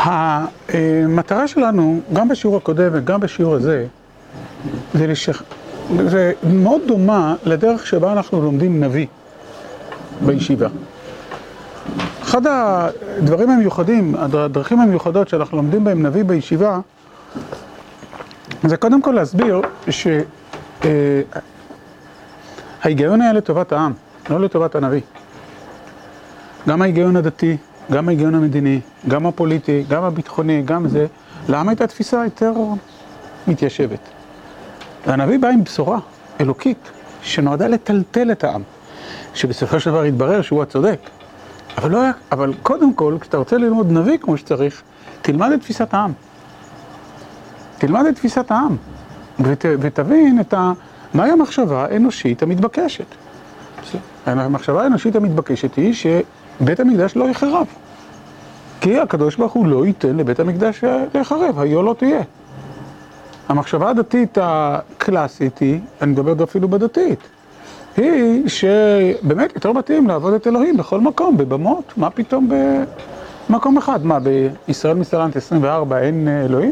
המטרה שלנו, גם בשיעור הקודם וגם בשיעור הזה, זה מאוד דומה לדרך שבה אנחנו לומדים נביא בישיבה. אחד הדברים המיוחדים, הדרכים המיוחדות שאנחנו לומדים בהם נביא בישיבה, זה קודם כל להסביר שההיגיון היה לטובת העם, לא לטובת הנביא. גם ההיגיון הדתי, גם ההיגיון המדיני, גם הפוליטי, גם הביטחוני, גם זה, לעם הייתה תפיסה יותר מתיישבת. והנביא בא עם בשורה אלוקית שנועדה לטלטל את העם, שבסופו של דבר יתברר שהוא הצודק. אבל קודם כל, כשאתה רוצה ללמוד נביא כמו שצריך, תלמד את תפיסת העם. תלמד את תפיסת העם, ותבין מהי המחשבה האנושית המתבקשת. המחשבה האנושית המתבקשת היא שבית המקדש לא יחרב. כי הקדוש ברוך הוא לא ייתן לבית המקדש להיחרב, היו לא תהיה. המחשבה הדתית הקלאסית היא, אני מדבר אפילו בדתית, היא שבאמת יותר מתאים לעבוד את אלוהים בכל מקום, בבמות, מה פתאום במקום אחד? מה, בישראל מסלנט 24 אין אלוהים?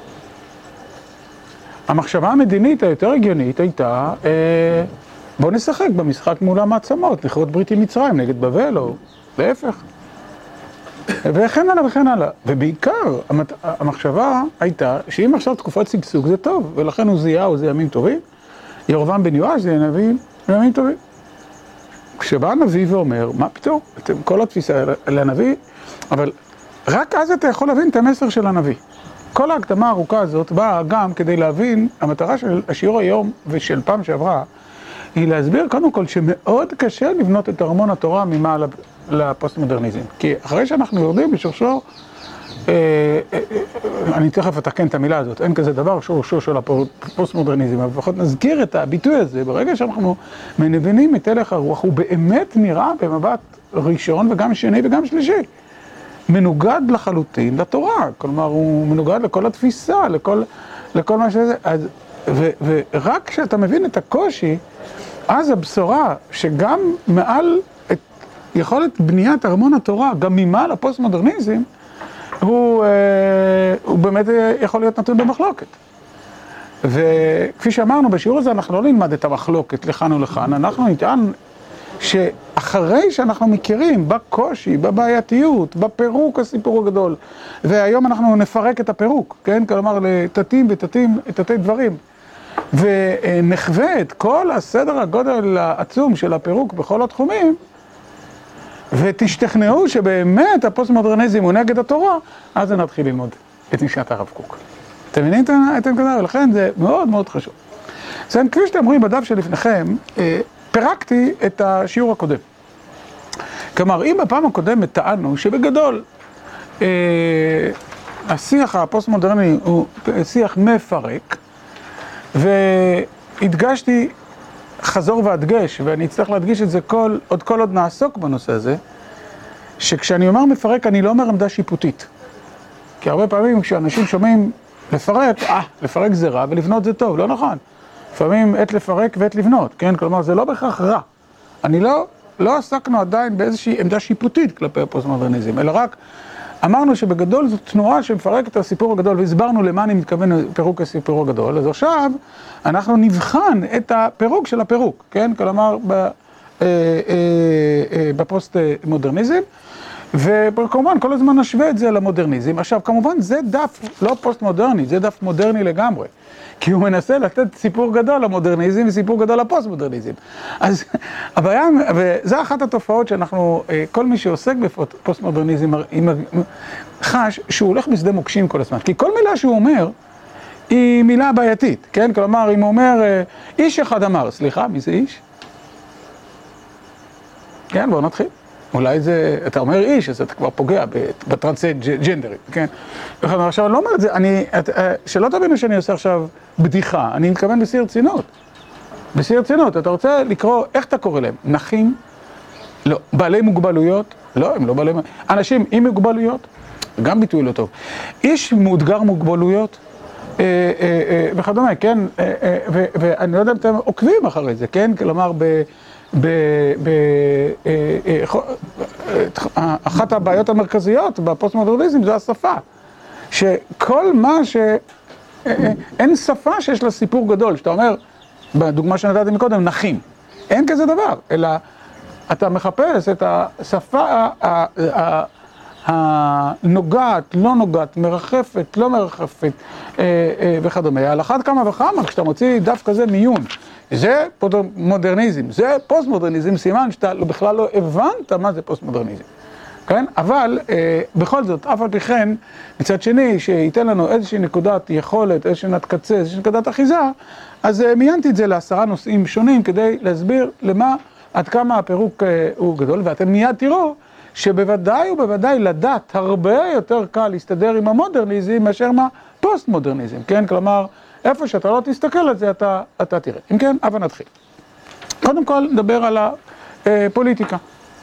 המחשבה המדינית היותר הגיונית הייתה, בוא נשחק במשחק מול המעצמות, לכרות ברית עם מצרים נגד בבל או להפך. וכן הלאה וכן הלאה. ובעיקר המחשבה הייתה שאם עכשיו תקופת שגשוג זה טוב, ולכן עוזיהו זה ימים טובים, ירבעם בן יואש זה ימים טובים. כשבא הנביא ואומר, מה פתאום? כל התפיסה לנביא, אבל רק אז אתה יכול להבין את המסר של הנביא. כל ההקדמה הארוכה הזאת באה גם כדי להבין, המטרה של השיעור היום ושל פעם שעברה, היא להסביר קודם כל שמאוד קשה לבנות את ארמון התורה ממעל לפוסט-מודרניזם. כי אחרי שאנחנו יורדים בשורשו, אני תכף אתקן את המילה הזאת, אין כזה דבר שורשו של הפוסט-מודרניזם, אבל לפחות נזכיר את הביטוי הזה, ברגע שאנחנו מבינים את הלך הרוח, הוא באמת נראה במבט ראשון וגם שני וגם שלישי. מנוגד לחלוטין לתורה, כלומר הוא מנוגד לכל התפיסה, לכל מה שזה, ורק כשאתה מבין את הקושי, אז הבשורה שגם מעל את יכולת בניית ארמון התורה, גם ממעל הפוסט-מודרניזם, הוא באמת יכול להיות נתון במחלוקת. וכפי שאמרנו בשיעור הזה, אנחנו לא נלמד את המחלוקת לכאן ולכאן, אנחנו נטען שאחרי שאנחנו מכירים בקושי, בבעייתיות, בפירוק הסיפור הגדול, והיום אנחנו נפרק את הפירוק, כן? כלומר לתתים ותתי דברים, ונחווה את כל הסדר הגודל העצום של הפירוק בכל התחומים, ותשתכנעו שבאמת הפוסט-מודרניזם הוא נגד התורה, אז נתחיל ללמוד את משנת הרב קוק. אתם מבינים את הנקודה? ולכן זה מאוד מאוד חשוב. אז כפי שאתם רואים בדף שלפניכם, פירקתי את השיעור הקודם. כלומר, אם בפעם הקודמת טענו שבגדול השיח הפוסט-מודרני הוא שיח מפרק, והדגשתי חזור והדגש, ואני אצטרך להדגיש את זה כל עוד נעסוק בנושא הזה, שכשאני אומר מפרק אני לא אומר עמדה שיפוטית. כי הרבה פעמים כשאנשים שומעים לפרק, לפרק זה רע ולבנות זה טוב, לא נכון. לפעמים עת לפרק ועת לבנות, כן? כלומר זה לא בהכרח רע. אני לא עסקנו עדיין באיזושהי עמדה שיפוטית כלפי הפוסט-מודרניזם, אלא רק אמרנו שבגדול זו תנועה שמפרק את הסיפור הגדול, והסברנו למה אני מתכוון פירוק הסיפור הגדול. אז עכשיו אנחנו נבחן את הפירוק של הפירוק, כן? כלומר בפוסט-מודרניזם, וכמובן כל הזמן נשווה את זה למודרניזם. עכשיו כמובן זה דף לא פוסט-מודרני, זה דף מודרני לגמרי. כי הוא מנסה לתת סיפור גדול למודרניזם וסיפור גדול לפוסט-מודרניזם. אז הבעיה, וזו אחת התופעות שאנחנו, כל מי שעוסק בפוסט-מודרניזם חש שהוא הולך בשדה מוקשים כל הזמן. כי כל מילה שהוא אומר היא מילה בעייתית, כן? כלומר, אם הוא אומר, איש אחד אמר, סליחה, מי זה איש? כן, בואו נתחיל. אולי זה, אתה אומר איש, אז אתה כבר פוגע בטרנסג'נדרים, כן? עכשיו, אני לא אומר את זה, שלא תבינו שאני עושה עכשיו בדיחה, אני מתכוון בשיא רצינות. בשיא רצינות, אתה רוצה לקרוא, איך אתה קורא להם? נכים? לא. בעלי מוגבלויות? לא, הם לא בעלי מוגבלויות. אנשים עם מוגבלויות? גם ביטוי לא טוב. איש מאותגר מוגבלויות? וכדומה, כן? ואני לא יודע אם אתם עוקבים אחרי זה, כן? כלומר, אחת הבעיות המרכזיות בפוסט-מודרניזם זה השפה. שכל מה אין שפה שיש לה סיפור גדול, שאתה אומר, בדוגמה שנתתי מקודם, נחים. אין כזה דבר, אלא אתה מחפש את השפה הנוגעת, לא נוגעת, מרחפת, לא מרחפת וכדומה. על אחת כמה וכמה, כשאתה מוציא דף כזה מיון, זה מודרניזם, זה פוסט-מודרניזם, סימן שאתה בכלל לא הבנת מה זה פוסט-מודרניזם. כן? אבל בכל זאת, אף על פי כן, מצד שני, שייתן לנו איזושהי נקודת יכולת, איזושהי נקודת קצה, איזושהי נקודת אחיזה, אז מיינתי את זה ל10 נושאים שונים כדי להסביר למה, עד כמה הפירוק הוא גדול, ואתם מיד תראו שבוודאי ובוודאי לדת הרבה יותר קל להסתדר עם המודרניזם מאשר מה פוסט-מודרניזם, כן? כלומר, איפה שאתה לא תסתכל על זה, אתה תראה. אם כן, אבל נתחיל. קודם כל, נדבר על הפוליטיקה.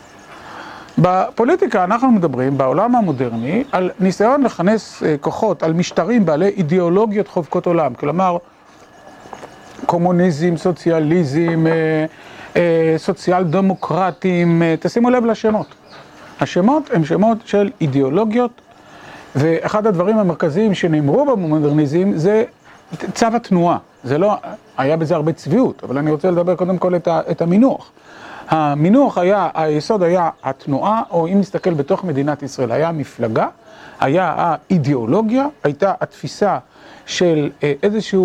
בפוליטיקה אנחנו מדברים, בעולם המודרני, על ניסיון לכנס כוחות, על משטרים בעלי אידיאולוגיות חובקות עולם. כלומר, קומוניזם, סוציאליזם, סוציאל דמוקרטים, תשימו לב לשמות. השמות הם שמות של אידיאולוגיות, ואחד הדברים המרכזיים שנאמרו במודרניזם זה צו התנועה. זה לא, היה בזה הרבה צביעות, אבל אני רוצה לדבר קודם כל את המינוח. המינוח היה, היסוד היה התנועה, או אם נסתכל בתוך מדינת ישראל, היה המפלגה, היה האידיאולוגיה, הייתה התפיסה של איזושהי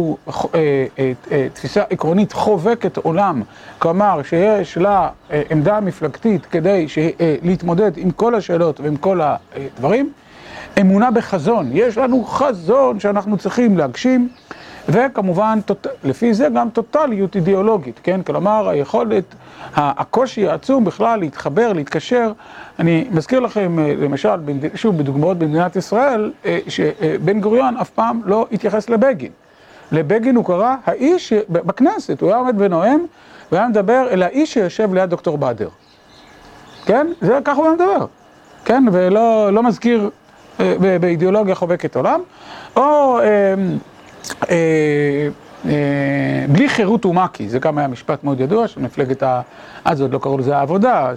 תפיסה עקרונית חובקת עולם, כלומר שיש לה עמדה מפלגתית כדי להתמודד עם כל השאלות ועם כל הדברים, אמונה בחזון, יש לנו חזון שאנחנו צריכים להגשים, וכמובן לפי זה גם טוטליות אידיאולוגית, כן? כלומר היכולת, הקושי העצום בכלל להתחבר, להתקשר. אני מזכיר לכם למשל, שוב בדוגמאות במדינת ישראל, שבן גוריון אף פעם לא התייחס לבגין. לבגין הוא קרא האיש בכנסת, הוא היה עומד ונואם, והיה מדבר אל האיש שיושב ליד דוקטור באדר. כן? זה ככה הוא היה מדבר. כן? ולא מזכיר באידיאולוגיה חובקת עולם. או בלי חירות ומקי, זה גם היה משפט מאוד ידוע של מפלגת אז עוד לא קראו לזה העבודה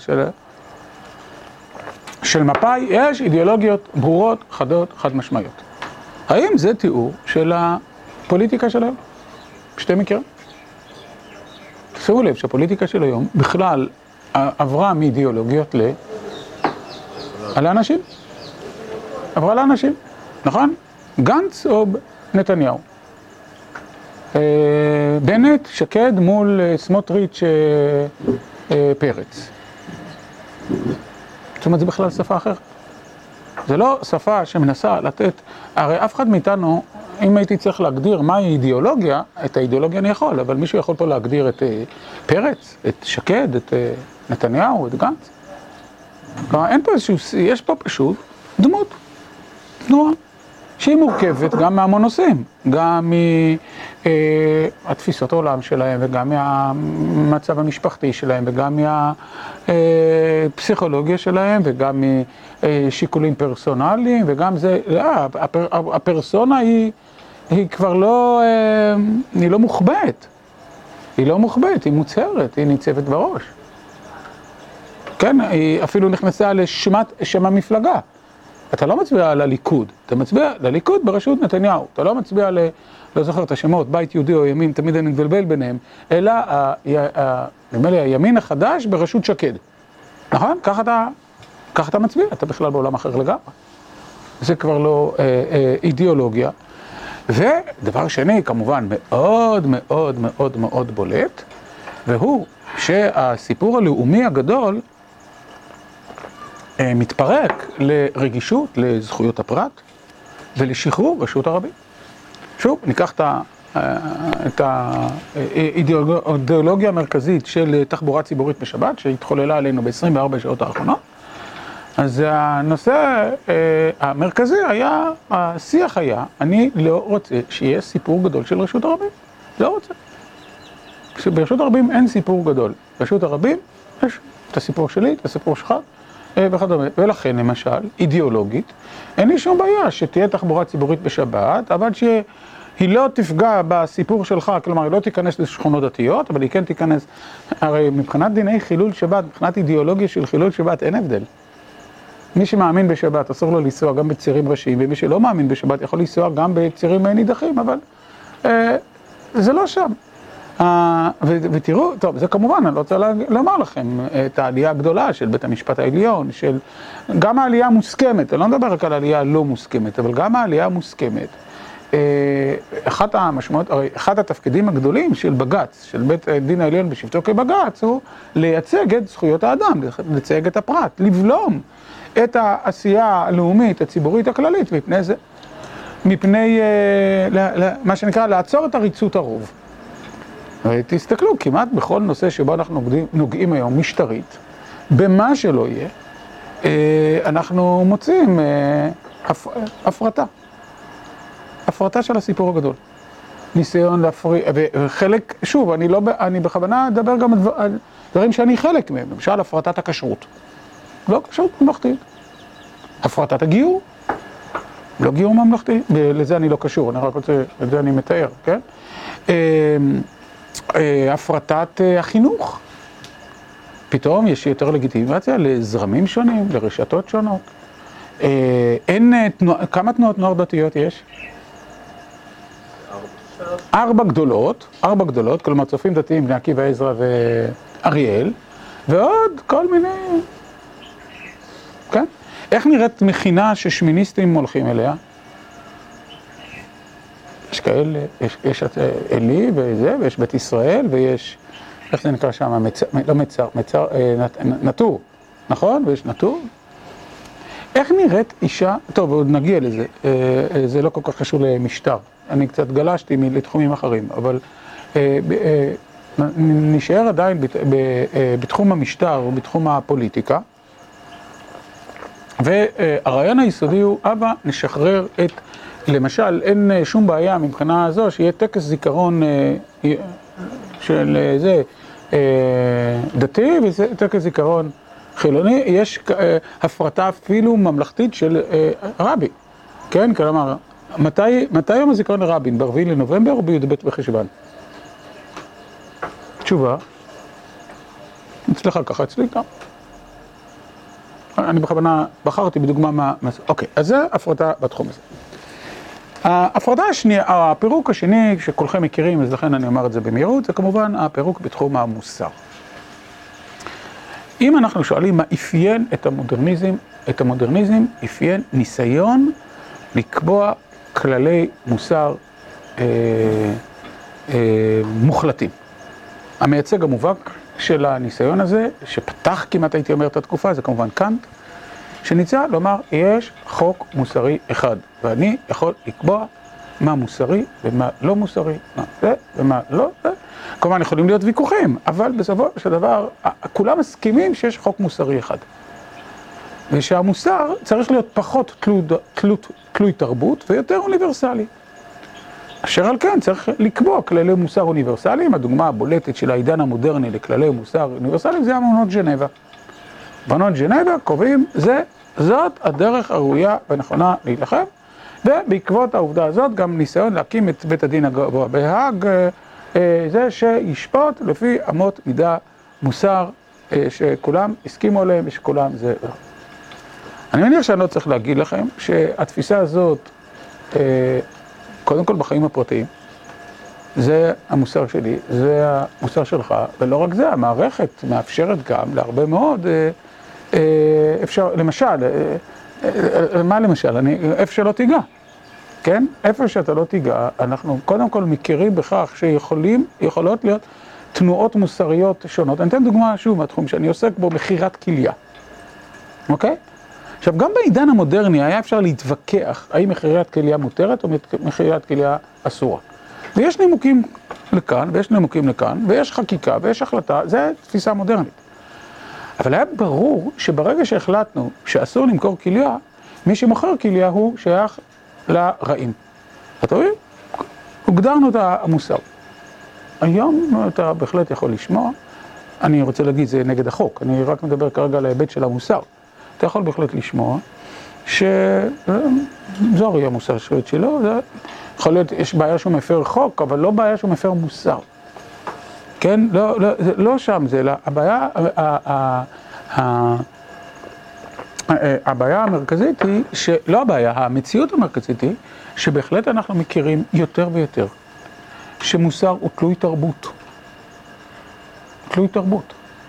של מפא"י. יש אידיאולוגיות ברורות, חדות, חד משמעיות. האם זה תיאור של הפוליטיקה של היום? שתי מקרים. תשימו לב שהפוליטיקה של היום בכלל עברה מאידיאולוגיות על האנשים. עברה לאנשים, נכון? גנץ או נתניהו. בנט, שקד מול סמוטריץ' פרץ. זאת אומרת, זה בכלל שפה אחרת. זה לא שפה שמנסה לתת, הרי אף אחד מאיתנו, אם הייתי צריך להגדיר מהי אידיאולוגיה, את האידיאולוגיה אני יכול, אבל מישהו יכול פה להגדיר את פרץ, את שקד, את נתניהו, את גנץ. כלומר, אין פה איזשהו, יש פה פשוט דמות, תנועה. שהיא מורכבת גם מהמון נושאים, גם מהתפיסות העולם שלהם, וגם מהמצב המשפחתי שלהם, וגם מהפסיכולוגיה שלהם, וגם משיקולים פרסונליים, וגם זה, הפרסונה היא כבר לא, היא לא מוחבאת. היא לא מוחבאת, היא מוצהרת, היא ניצבת בראש. כן, היא אפילו נכנסה לשם המפלגה. אתה לא מצביע לליכוד, אתה מצביע לליכוד בראשות נתניהו, אתה לא מצביע לא זוכר את השמות, בית יהודי או ימין, תמיד אני מבלבל ביניהם, אלא נדמה לי הימין החדש בראשות שקד. נכון? ככה אתה מצביע, אתה בכלל בעולם אחר לגמרי. זה כבר לא אידיאולוגיה. ודבר שני, כמובן, מאוד מאוד מאוד מאוד בולט, והוא שהסיפור הלאומי הגדול מתפרק לרגישות, לזכויות הפרט ולשחרור רשות הרבים. שוב, ניקח את האידיאולוגיה המרכזית של תחבורה ציבורית בשבת, שהתחוללה עלינו ב-24 שעות האחרונות. אז הנושא המרכזי היה, השיח היה, אני לא רוצה שיהיה סיפור גדול של רשות הרבים. לא רוצה. ברשות הרבים אין סיפור גדול. ברשות הרבים יש את הסיפור שלי, את הסיפור שלך, וכדומה. ולכן, למשל, אידיאולוגית, אין לי שום בעיה שתהיה תחבורה ציבורית בשבת, אבל שהיא לא תפגע בסיפור שלך, כלומר, היא לא תיכנס לשכונות דתיות, אבל היא כן תיכנס, הרי מבחינת דיני חילול שבת, מבחינת אידיאולוגיה של חילול שבת, אין הבדל. מי שמאמין בשבת אסור לו לנסוע גם בצירים ראשיים, ומי שלא מאמין בשבת יכול לנסוע גם בצירים נידחים, אבל זה לא שם. ותראו, טוב, זה כמובן, אני לא רוצה לומר לכם את העלייה הגדולה של בית המשפט העליון, של גם העלייה המוסכמת, אני לא מדבר רק על העלייה הלא מוסכמת, אבל גם העלייה המוסכמת. אחת המשמעות, אחד התפקידים הגדולים של בג"ץ, של בית הדין העליון בשבתו כבג"ץ, הוא לייצג את זכויות האדם, לייצג את הפרט, לבלום את העשייה הלאומית, הציבורית הכללית, מפני מה שנקרא, לעצור את עריצות הרוב. ותסתכלו, כמעט בכל נושא שבו אנחנו נוגעים היום משטרית, במה שלא יהיה, אנחנו מוצאים הפרטה. הפרטה של הסיפור הגדול. ניסיון להפריע, וחלק, שוב, אני בכוונה אדבר גם על דברים שאני חלק מהם, למשל הפרטת הכשרות. לא כשרות ממלכתית. הפרטת הגיור, לא גיור ממלכתי, לזה אני לא קשור, אני רק רוצה, לזה אני מתאר, כן? הפרטת החינוך. פתאום יש יותר לגיטימציה לזרמים שונים, לרשתות שונות. כמה תנועות נוער דתיות יש? 4 גדולות, כלומר צופים דתיים, בני עקיבא, עזרא ואריאל, ועוד כל מיני, כן? איך נראית מכינה ששמיניסטים הולכים אליה? יש כאלה, יש אלי וזה, ויש בית ישראל, ויש, איך זה נקרא שם? נטור, נכון? ויש נטור. איך נראית אישה, טוב, עוד נגיע לזה, זה לא כל כך קשור למשטר, אני קצת גלשתי לתחומים אחרים, אבל נשאר עדיין בתחום המשטר ובתחום הפוליטיקה, והרעיון היסודי הוא, אבא, נשחרר את, למשל, אין שום בעיה מבחינה הזו, שיהיה טקס זיכרון של זה דתי, וזה טקס זיכרון חילוני, יש הפרטה אפילו ממלכתית של רבי, כן? כלומר, מתי יום הזיכרון לרבין? ב4 לנובמבר או בי"ב בחשוון? תשובה, אצלך ככה, אצלי גם. אני בכוונה בחרתי בדוגמה מה... אוקיי, אז זה הפרטה בתחום הזה. ההפרטה השנייה, הפירוק השני שכולכם מכירים, אז לכן אני אומר את זה במהירות, זה כמובן הפירוק בתחום המוסר. אם אנחנו שואלים מה אפיין את המודרניזם, אפיין ניסיון לקבוע כללי מוסר מוחלטים. המייצג המובהק של הניסיון הזה, שפתח כמעט הייתי אומר את התקופה, זה כמובן קאנט, שניסה לומר, יש חוק מוסרי אחד, ואני יכול לקבוע מה מוסרי ומה לא מוסרי, מה זה ומה לא זה. כלומר, יכולים להיות ויכוחים, אבל בסופו של דבר, כולם מסכימים שיש חוק מוסרי אחד. ושהמוסר צריך להיות פחות תלוי תרבות ויותר אוניברסלי. אשר על כן צריך לקבוע כללי מוסר אוניברסליים. הדוגמה הבולטת של העידן המודרני לכללי מוסר אוניברסליים זה אמנות ז'נבה. אמנות ז'נבה קובעים, זאת הדרך הראויה ונכונה להילחם, ובעקבות העובדה הזאת גם ניסיון להקים את בית הדין הגבוה בהאג, זה שישפוט לפי אמות מידה מוסר שכולם הסכימו עליהם ושכולם זה... אני מניח שאני לא צריך להגיד לכם שהתפיסה הזאת, קודם כל בחיים הפרטיים, זה המוסר שלי, זה המוסר שלך, ולא רק זה, המערכת מאפשרת גם להרבה מאוד, אפשר, למשל, מה למשל? איפה שלא תיגע, כן? איפה שאתה לא תיגע, אנחנו קודם כל מכירים בכך שיכולות להיות תנועות מוסריות שונות. אני אתן דוגמה שוב מהתחום שאני עוסק בו, מכירת כליה, אוקיי? עכשיו, גם בעידן המודרני היה אפשר להתווכח האם מכירת כליה מותרת או מכירת כליה אסורה. ויש נימוקים לכאן, ויש נימוקים לכאן, ויש חקיקה, ויש החלטה, זה תפיסה מודרנית. אבל היה ברור שברגע שהחלטנו שאסור למכור כליה, מי שמוכר כליה הוא שייך לרעים. אתה רואים? הוגדרנו את המוסר. היום אתה בהחלט יכול לשמוע, אני רוצה להגיד זה נגד החוק, אני רק מדבר כרגע על ההיבט של המוסר. אתה יכול בהחלט לשמוע שזו הרי המוסר שלו, יכול להיות, יש בעיה שהוא מפר חוק, אבל לא בעיה שהוא מפר מוסר. כן? לא שם זה, אלא הבעיה, הבעיה המרכזית היא, לא הבעיה, המציאות המרכזית היא, שבהחלט אנחנו מכירים יותר ויותר, שמוסר הוא תלוי תרבות. תלוי תרבות.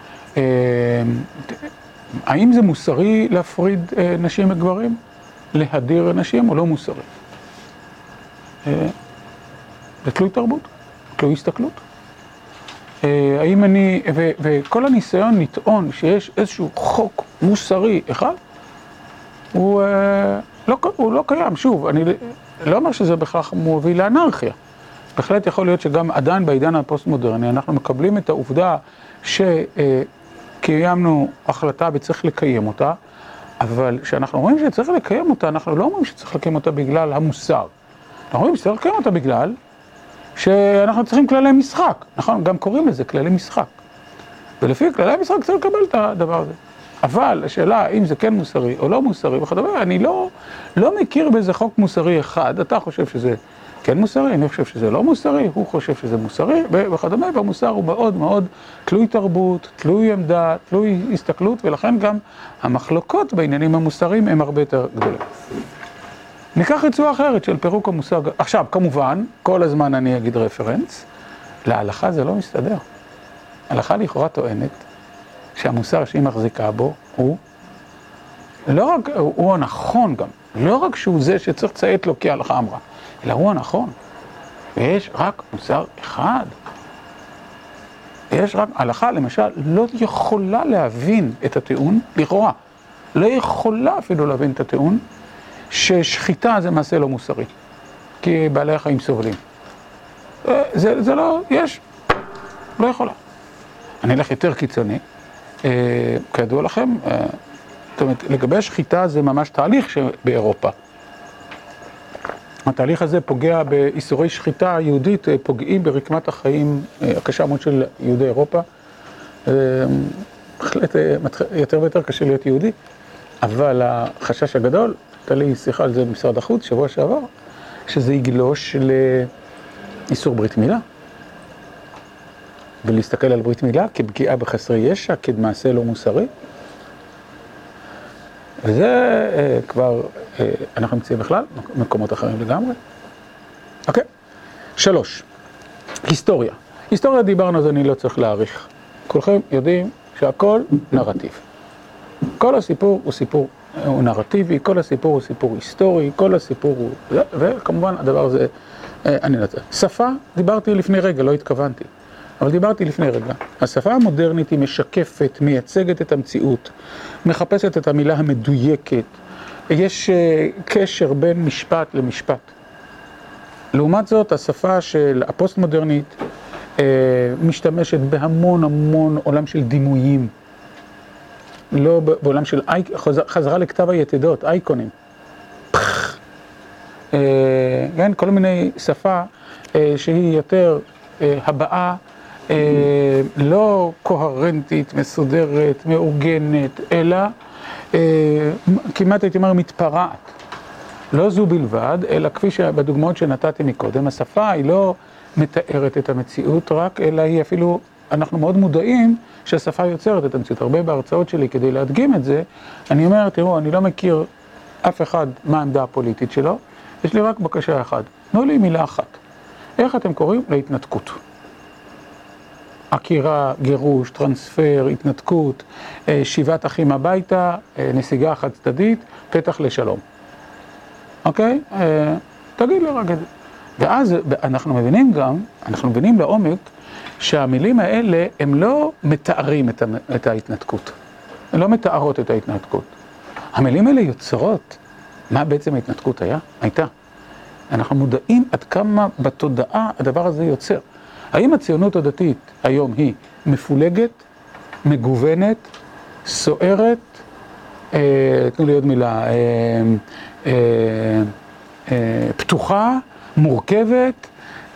האם זה מוסרי להפריד נשים וגברים? להדיר נשים או לא מוסרי? זה תלוי תרבות, תלוי הסתכלות. האם אני, וכל הניסיון לטעון שיש איזשהו חוק מוסרי אחד, הוא לא קיים. שוב, אני לא אומר שזה בכך מוביל לאנרכיה. בהחלט יכול להיות שגם עדיין בעידן הפוסט-מודרני אנחנו מקבלים את העובדה שקיימנו החלטה וצריך לקיים אותה, אבל כשאנחנו אומרים שצריך לקיים אותה, אנחנו לא אומרים שצריך לקיים אותה בגלל המוסר. אנחנו אומרים שצריך לקיים אותה בגלל שאנחנו צריכים כללי משחק, נכון? גם קוראים לזה כללי משחק. ולפי כללי המשחק צריך לקבל את הדבר הזה. אבל השאלה האם זה כן מוסרי או לא מוסרי וכדומה, אני לא מכיר באיזה חוק מוסרי אחד. אתה חושב שזה כן מוסרי, אני חושב שזה לא מוסרי, הוא חושב שזה מוסרי וכדומה, והמוסר הוא מאוד מאוד תלוי תרבות, תלוי עמדה, תלוי הסתכלות, ולכן גם המחלוקות בעניינים המוסריים הם הרבה יותר גדולים. ניקח רצועה אחרת של פירוק המושג. עכשיו, כמובן, כל הזמן אני אגיד רפרנס, להלכה זה לא מסתדר. ההלכה לכאורה טוענת שהמוסר שהיא מחזיקה בו הוא לא רק, הוא הנכון גם, לא רק שהוא זה שצריך לציית לו כי ההלכה אמרה, אלא הוא הנכון. ויש רק מוסר אחד. יש רק, ההלכה למשל לא יכולה להבין את הטיעון, לכאורה, לא יכולה אפילו להבין את הטיעון, ששחיטה זה מעשה לא מוסרי, כי בעלי החיים סובלים. זה לא, לא יכולה. אני אלך יותר קיצוני, כידוע לכם, זאת אומרת, לגבי שחיטה זה ממש תהליך שבאירופה. התהליך הזה פוגע באיסורי שחיטה יהודית, פוגעים ברקמת החיים הקשה מאוד של יהודי אירופה. בהחלט יותר ויותר קשה להיות יהודי, אבל החשש הגדול, הייתה לי שיחה על זה במשרד החוץ שבוע שעבר, שזה יגלוש לאיסור ברית מילה. ולהסתכל על ברית מילה כפגיעה בחסרי ישע, כמעשה לא מוסרי. וזה כבר, אנחנו נמצאים בכלל, מקומות אחרים לגמרי. אוקיי? 3. היסטוריה. היסטוריה דיברנו, אז אני לא צריך להעריך. כולכם יודעים שהכל נרטיב. כל הסיפור הוא סיפור, הוא נרטיבי, כל הסיפור הוא סיפור היסטורי, כל הסיפור הוא... וכמובן הדבר הזה, אני לא יודע. שפה, דיברתי לפני רגע, לא התכוונתי. אבל דיברתי לפני רגע. השפה המודרנית היא משקפת, מייצגת את המציאות, מחפשת את המילה המדויקת. יש קשר בין משפט למשפט. לעומת זאת, השפה של הפוסט-מודרנית משתמשת בהמון המון עולם של דימויים. לא בעולם של חזרה לכתב היתדות, אייקונים. כן, כל מיני שפה שהיא יותר הבאה, לא קוהרנטית, מסודרת, מאורגנת, אלא כמעט הייתי אומר מתפרעת. לא זו בלבד, אלא כפי שבדוגמאות שנתתי מקודם, השפה היא לא מתארת את המציאות רק, אלא היא אפילו, אנחנו מאוד מודעים שהשפה יוצרת את המציאות. הרבה בהרצאות שלי כדי להדגים את זה, אני אומר, תראו, אני לא מכיר אף אחד מה העמדה הפוליטית שלו, יש לי רק בקשה אחת, תנו לי מילה אחת. איך אתם קוראים? להתנתקות. עקירה, גירוש, טרנספר, התנתקות, שיבת אחים הביתה, נסיגה חד צדדית, פתח לשלום. אוקיי? תגיד לי רק את זה. ואז אנחנו מבינים לעומק שהמילים האלה הם לא מתארים את ההתנתקות. הן לא מתארות את ההתנתקות. המילים האלה יוצרות מה בעצם ההתנתקות הייתה. אנחנו מודעים עד כמה בתודעה הדבר הזה יוצר. האם הציונות הדתית היום היא מפולגת, מגוונת, סוערת, תנו לי עוד מילה, פתוחה, מורכבת,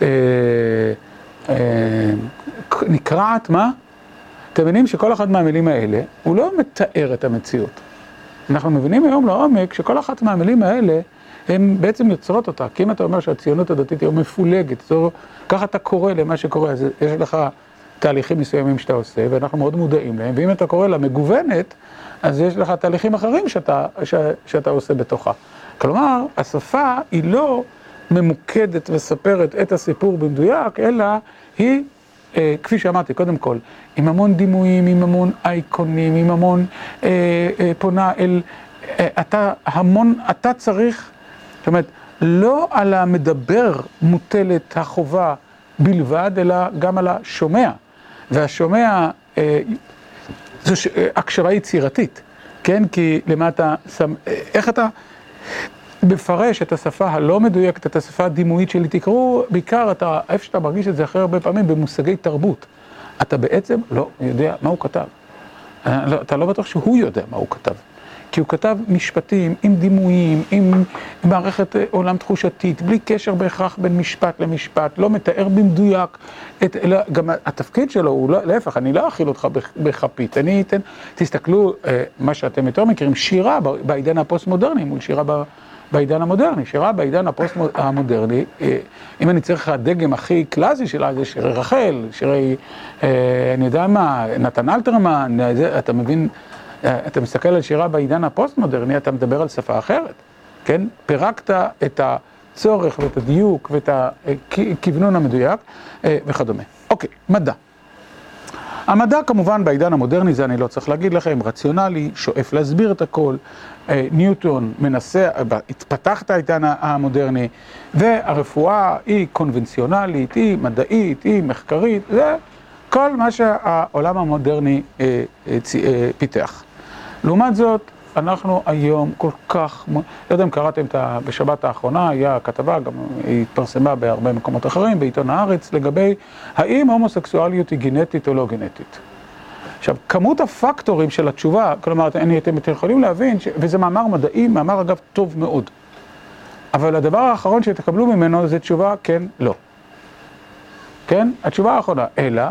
נקרעת, מה? אתם מבינים שכל אחת מהמילים האלה הוא לא מתאר את המציאות. אנחנו מבינים היום לעומק שכל אחת מהמילים האלה הן בעצם יוצרות אותה. כי אם אתה אומר שהציונות הדתית היא מפולגת, ככה אתה קורא למה שקורה, אז יש לך תהליכים מסוימים שאתה עושה, ואנחנו מאוד מודעים להם, ואם אתה קורא לה מגוונת, אז יש לך תהליכים אחרים שאתה עושה בתוכה. כלומר, השפה היא לא ממוקדת וספרת את הסיפור במדויק, אלא היא, כפי שאמרתי, קודם כל, עם המון דימויים, עם המון אייקונים, עם המון פונה אל, אתה צריך, זאת אומרת, לא על המדבר מוטלת החובה בלבד, אלא גם על השומע. והשומע, זו הקשבה יצירתית, כן? כי למטה, איך אתה מפרש את השפה הלא מדויקת, את השפה הדימויית שלי, תקראו, בעיקר איפה שאתה מרגיש את זה אחרי הרבה פעמים, במושגי תרבות. אתה בעצם לא יודע מה הוא כתב. אתה לא בטוח שהוא יודע מה הוא כתב. כי הוא כתב משפטים עם דימויים, עם מערכת עולם תחושתית, בלי קשר בהכרח בין משפט למשפט, לא מתאר במדויק, גם התפקיד שלו הוא להפך, אני לא אכיל אותך בחפית, אני אתן, תסתכלו, מה שאתם יותר מכירים, שירה בעידן הפוסט-מודרני, מול שירה בעידן המודרני, שירה בעידן הפוסט-המודרני, אם אני צריך הדגם הכי קלאסי שלה, זה שירי רחל, שירי, אני יודע מה, נתן אלתרמן, אתה מבין, אתה מסתכל על שירה בעידן הפוסט-מודרני, אתה מדבר על שפה אחרת, כן? פירקת את הצורך ואת הדיוק ואת הכיוונון המדויק וכדומה. אוקיי, מדע. המדע כמובן בעידן המודרני, זה אני לא צריך להגיד לכם, רציונלי, שואף להסביר את הכל, ניוטון מנסה, התפתח את העידן המודרני, והרפואה היא קונבנציונלית, היא מדעית, היא מחקרית, זה כל מה שהעולם המודרני פיתח. לעומת זאת, אנחנו היום כל כך, לא יודע אם קראתם בשבת האחרונה, היה כתבה, גם היא התפרסמה בהרבה מקומות אחרים, בעיתון הארץ, לגבי האם הומוסקסואליות היא גנטית או לא גנטית. עכשיו, כמות הפקטורים של התשובה, כלומר, אתם יכולים להבין, וזה מאמר מדעי, מאמר אגב טוב מאוד. אבל הדבר האחרון שתקבלו ממנו זה תשובה כן, לא. כן? התשובה האחרונה, אלא,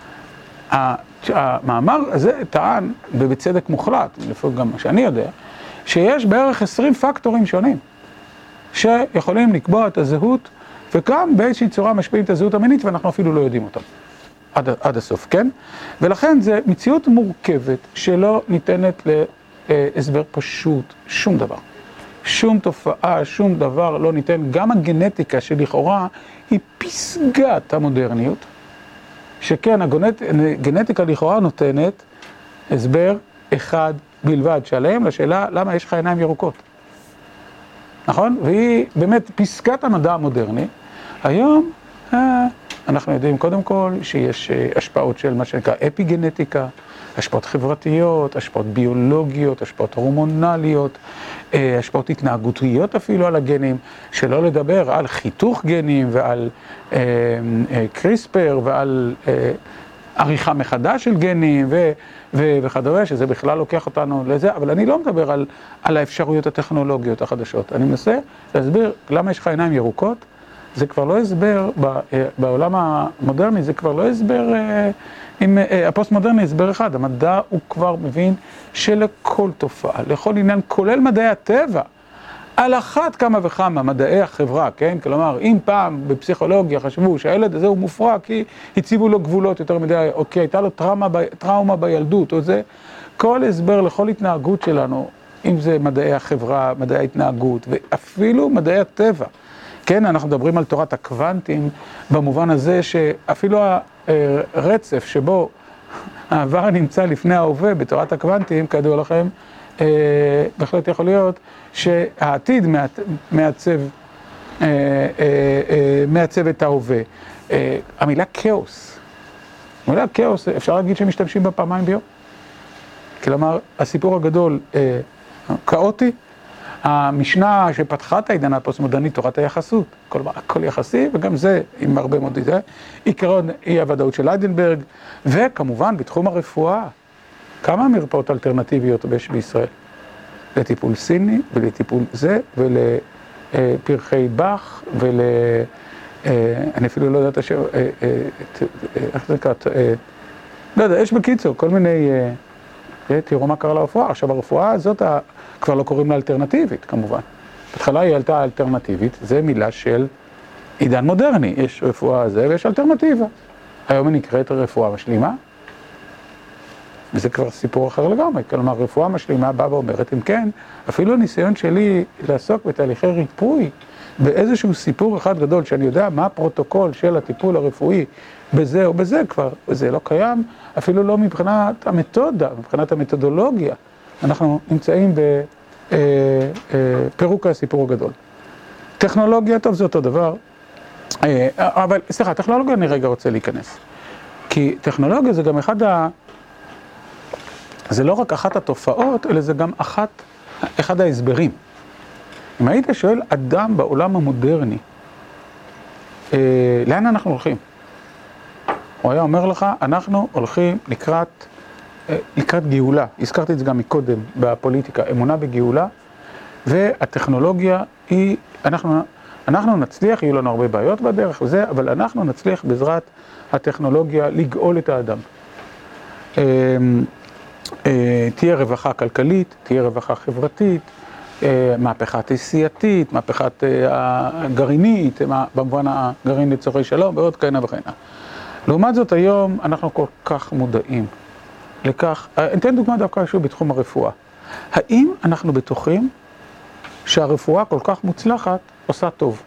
המאמר הזה טען בצדק מוחלט, לפחות גם מה שאני יודע, שיש בערך 20 פקטורים שונים שיכולים לקבוע את הזהות וגם באיזושהי צורה משפיעים את הזהות המינית ואנחנו אפילו לא יודעים אותם עד הסוף, כן? ולכן זה מציאות מורכבת שלא ניתנת להסבר פשוט, שום דבר. שום תופעה, שום דבר לא ניתן, גם הגנטיקה שלכאורה היא פסגת המודרניות, שכן, הגנטיקה לכאורה נותנת הסבר אחד בלבד שלם לשאלה למה יש לך עיניים ירוקות. נכון? והיא באמת פסקת המדע המודרני. היום אנחנו יודעים קודם כל שיש השפעות של מה שנקרא אפיגנטיקה, השפעות חברתיות, השפעות ביולוגיות, השפעות הורמונליות, השפעות התנהגותיות אפילו על הגנים, שלא לדבר על חיתוך גנים ועל קריספר ועל עריכה מחדש של גנים וכדומה, שזה בכלל לוקח אותנו לזה, אבל אני לא מדבר על האפשרויות הטכנולוגיות החדשות. אני מנסה להסביר למה יש לך עיניים ירוקות, זה כבר לא הסבר, בעולם המודרני זה כבר לא הסבר, עם הפוסט-מודרני הסבר אחד, המדע הוא כבר מבין שלכל תופעה, לכל עניין, כולל מדעי הטבע, על אחת כמה וכמה מדעי החברה, כן? כלומר, אם פעם בפסיכולוגיה חשבו שהילד הזה הוא מופרע כי הציבו לו גבולות יותר מדי, או כי הייתה לו טראומה בילדות, או זה, כל הסבר לכל התנהגות שלנו, אם זה מדעי החברה, מדעי ההתנהגות, ואפילו מדעי הטבע, כן, אנחנו מדברים על תורת הקוונטים, במובן הזה שאפילו הרצף שבו העבר נמצא לפני ההווה בתורת הקוונטים, כידוע לכם, בהחלט יכול להיות שהעתיד מעצב את ההווה. המילה כאוס, המילה כאוס, אפשר להגיד שמשתמשים בה פעמיים ביום. כלומר, הסיפור הגדול כאוטי, המשנה שפתחה את העידן הפוסט-מודרני, תורת היחסות, כלומר, הכל יחסי, וגם זה עם הרבה מאוד זה, עיקרון אי הוודאות של היידנברג, וכמובן בתחום הרפואה, כמה מרפאות אלטרנטיביות יש בישראל? לטיפול סיני, ולטיפול זה, ולפרחי באך, אני אפילו לא יודע את השם, איך זה קרא? לא יודע, יש בקיצור, כל מיני, תראו מה קרה לרפואה. עכשיו, הרפואה הזאת כבר לא קוראים לה אלטרנטיבית, כמובן. בהתחלה היא עלתה אלטרנטיבית, זה מילה של עידן מודרני. יש רפואה הזה ויש אלטרנטיבה. היום היא נקראת רפואה משלימה, וזה כבר סיפור אחר לגמרי. כלומר, רפואה משלימה באה ואומרת, אם כן, אפילו הניסיון שלי לעסוק בתהליכי ריפוי, באיזשהו סיפור אחד גדול, שאני יודע מה הפרוטוקול של הטיפול הרפואי בזה או בזה כבר, וזה לא קיים, אפילו לא מבחינת המתודה, מבחינת המתודולוגיה. אנחנו נמצאים בפירוק הסיפור הגדול. טכנולוגיה, טוב, זה אותו דבר. אבל, סליחה, טכנולוגיה אני רגע רוצה להיכנס. כי טכנולוגיה זה גם זה לא רק אחת התופעות, אלא זה גם אחד ההסברים. אם היית שואל אדם בעולם המודרני, לאן אנחנו הולכים? הוא היה אומר לך, אנחנו הולכים לקראת גאולה. הזכרתי את זה גם מקודם בפוליטיקה, אמונה בגאולה, והטכנולוגיה היא, אנחנו נצליח, יהיו לנו הרבה בעיות בדרך וזה, אבל אנחנו נצליח בעזרת הטכנולוגיה לגאול את האדם. תהיה רווחה כלכלית, תהיה רווחה חברתית, מהפכה תעשייתית, מהפכה גרעינית, במובן הגרעין לצורכי שלום, ועוד כהנה וכהנה. לעומת זאת היום אנחנו כל כך מודעים לכך, אתן דוגמה דווקא שוב בתחום הרפואה. האם אנחנו בטוחים שהרפואה כל כך מוצלחת עושה טוב?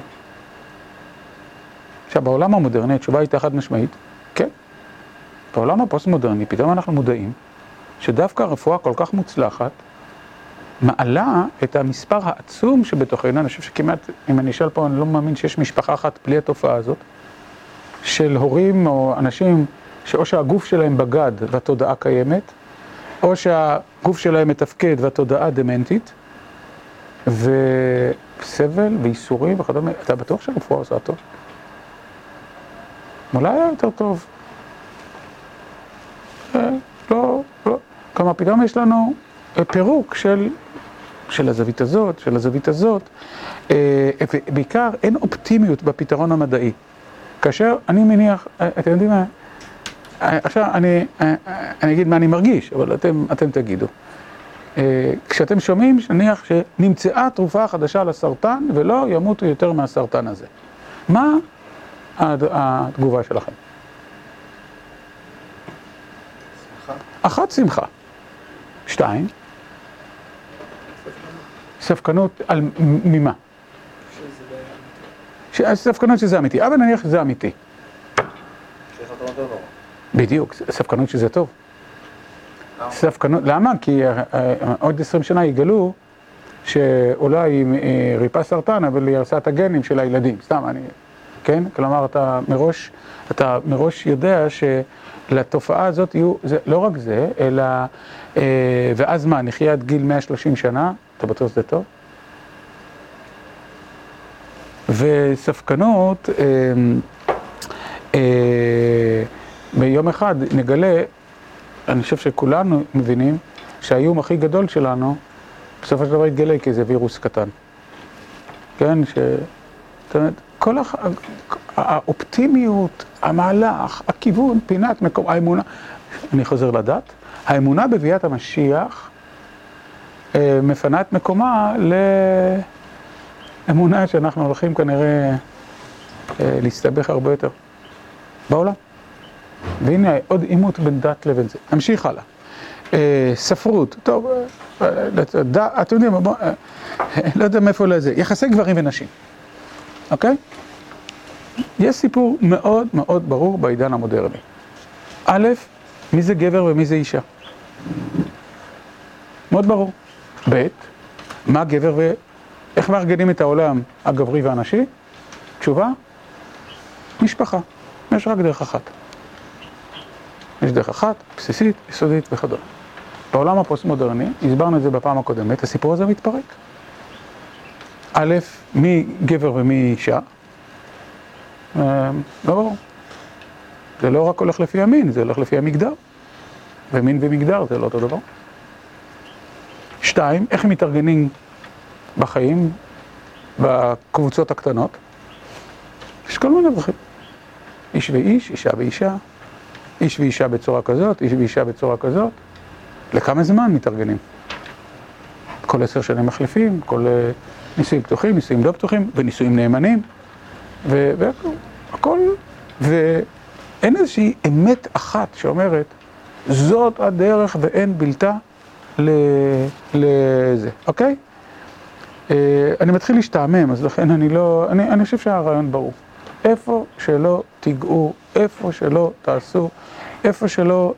עכשיו בעולם המודרני התשובה הייתה חד משמעית, כן. בעולם הפוסט-מודרני פתאום אנחנו מודעים שדווקא הרפואה כל כך מוצלחת מעלה את המספר העצום שבתוכנו. אני חושב שכמעט, אם אני אשאל פה, אני לא מאמין שיש משפחה אחת בלי התופעה הזאת, של הורים או אנשים שאו שהגוף שלהם בגד והתודעה קיימת, או שהגוף שלהם מתפקד והתודעה דמנטית, וסבל וייסורים וכדומה. אתה בטוח שהרפואה עושה טוב? אולי היה יותר טוב. לא. כלומר, פתאום יש לנו פירוק של הזווית הזאת, ובעיקר אין אופטימיות בפתרון המדעי. כאשר אני מניח, אתם יודעים מה, עכשיו אני אגיד מה אני מרגיש, אבל אתם תגידו. כשאתם שומעים, נניח שנמצאה תרופה חדשה לסרטן, ולא ימותו יותר מהסרטן הזה. מה התגובה שלכם? שמחה. אחת, שמחה. 2. ספקנות על ממה? ספקנות שזה אמיתי, אבל נניח שזה אמיתי. בדיוק, ספקנות שזה טוב. ספקנות, למה? כי עוד 20 שנה יגלו שאולי היא ריפה סרטן, אבל היא הרסה את הגנים של הילדים. סתם, כן? כלומר, אתה מראש יודע שלתופעה הזאת יהיו, לא רק זה, אלא, ואז מה, נחיה עד גיל 130 שנה, אתה בטוח שזה טוב? וספקנות, ביום אחד נגלה, אני חושב שכולנו מבינים שהאיום הכי גדול שלנו, בסופו של דבר יתגלה כאיזה וירוס קטן. כן, זאת אומרת, כל האופטימיות, המהלך, הכיוון, פינת מקום, האמונה, אני חוזר לדת, האמונה בביאת המשיח מפנה את מקומה לאמונה שאנחנו הולכים כנראה להסתבך הרבה יותר בעולם. והנה עוד עימות בין דת לבין זה. נמשיך הלאה. ספרות, טוב, אתם יודעים, לא יודע מאיפה לזה, יחסי גברים ונשים, אוקיי? יש סיפור מאוד מאוד ברור בעידן המודרני. א', מי זה גבר ומי זה אישה? מאוד ברור. ב', מה גבר ואיך מארגנים את העולם הגברי והנשי? תשובה, משפחה. יש רק דרך אחת. יש דרך אחת, בסיסית, יסודית וכדומה. בעולם הפוסט-מודרני, הסברנו את זה בפעם הקודמת, הסיפור הזה מתפרק. א', מי גבר ומי אישה? לא ברור. זה לא רק הולך לפי המין, זה הולך לפי המגדר. ומין ומגדר זה לא אותו דבר. 2, איך הם מתארגנים בחיים, בקבוצות הקטנות? יש כל מיני דרכים. איש ואיש, אישה ואישה, איש ואישה בצורה כזאת, איש ואישה בצורה כזאת. לכמה זמן מתארגנים? כל 10 שנים מחליפים, כל נישואים פתוחים, נישואים לא פתוחים, ונישואים נאמנים, והכל. אין איזושהי אמת אחת שאומרת, זאת הדרך ואין בלתה לזה, אוקיי? אני מתחיל להשתעמם, אז לכן אני חושב שהרעיון ברור. איפה שלא תיגעו, איפה שלא תעשו, איפה שלא...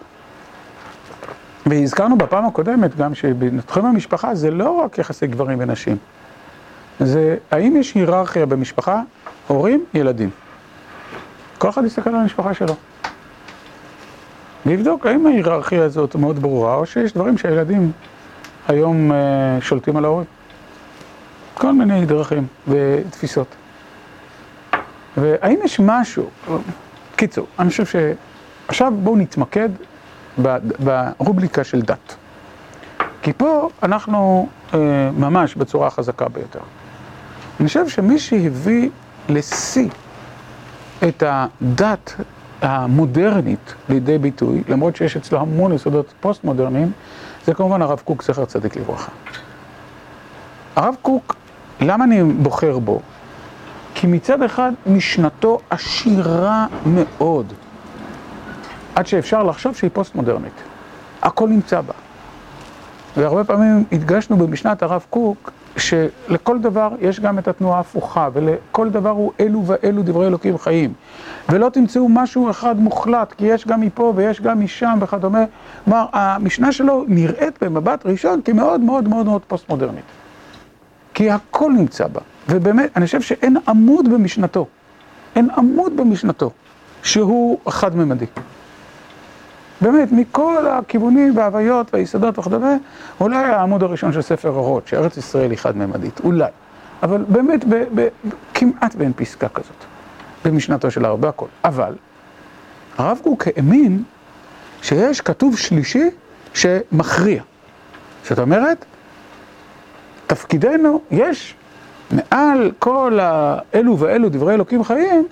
והזכרנו בפעם הקודמת גם שבתחום המשפחה זה לא רק יחסי גברים ונשים. זה, האם יש היררכיה במשפחה? הורים, ילדים. כל אחד יסתכל על המשפחה שלו. ויבדוק האם ההיררכיה הזאת מאוד ברורה, או שיש דברים שהילדים היום שולטים על ההורים. כל מיני דרכים ותפיסות. והאם יש משהו, קיצור, אני חושב עכשיו בואו נתמקד ברובליקה של דת. כי פה אנחנו ממש בצורה חזקה ביותר. אני חושב שמי שהביא לשיא את הדת המודרנית לידי ביטוי, למרות שיש אצלו המון יסודות פוסט-מודרניים, זה כמובן הרב קוק, זכר צדיק לברכה. הרב קוק, למה אני בוחר בו? כי מצד אחד משנתו עשירה מאוד, עד שאפשר לחשוב שהיא פוסט-מודרנית. הכל נמצא בה. והרבה פעמים הדגשנו במשנת הרב קוק, שלכל דבר יש גם את התנועה ההפוכה, ולכל דבר הוא אלו ואלו דברי אלוקים חיים. ולא תמצאו משהו אחד מוחלט, כי יש גם מפה ויש גם משם וכדומה. כלומר, המשנה שלו נראית במבט ראשון כמאוד מאוד מאוד מאוד פוסט-מודרנית. כי הכל נמצא בה. ובאמת, אני חושב שאין עמוד במשנתו. אין עמוד במשנתו, שהוא חד-ממדי. באמת, מכל הכיוונים וההוויות והיסודות וכדומה, אולי העמוד הראשון של ספר אורות, שארץ ישראל היא חד-ממדית, אולי. אבל באמת, כמעט ואין פסקה כזאת, במשנתו של הרבה הכל. אבל, הרב קוק האמין שיש כתוב שלישי שמכריע. זאת אומרת, תפקידנו יש מעל כל האלו ואלו דברי אלוקים חיים,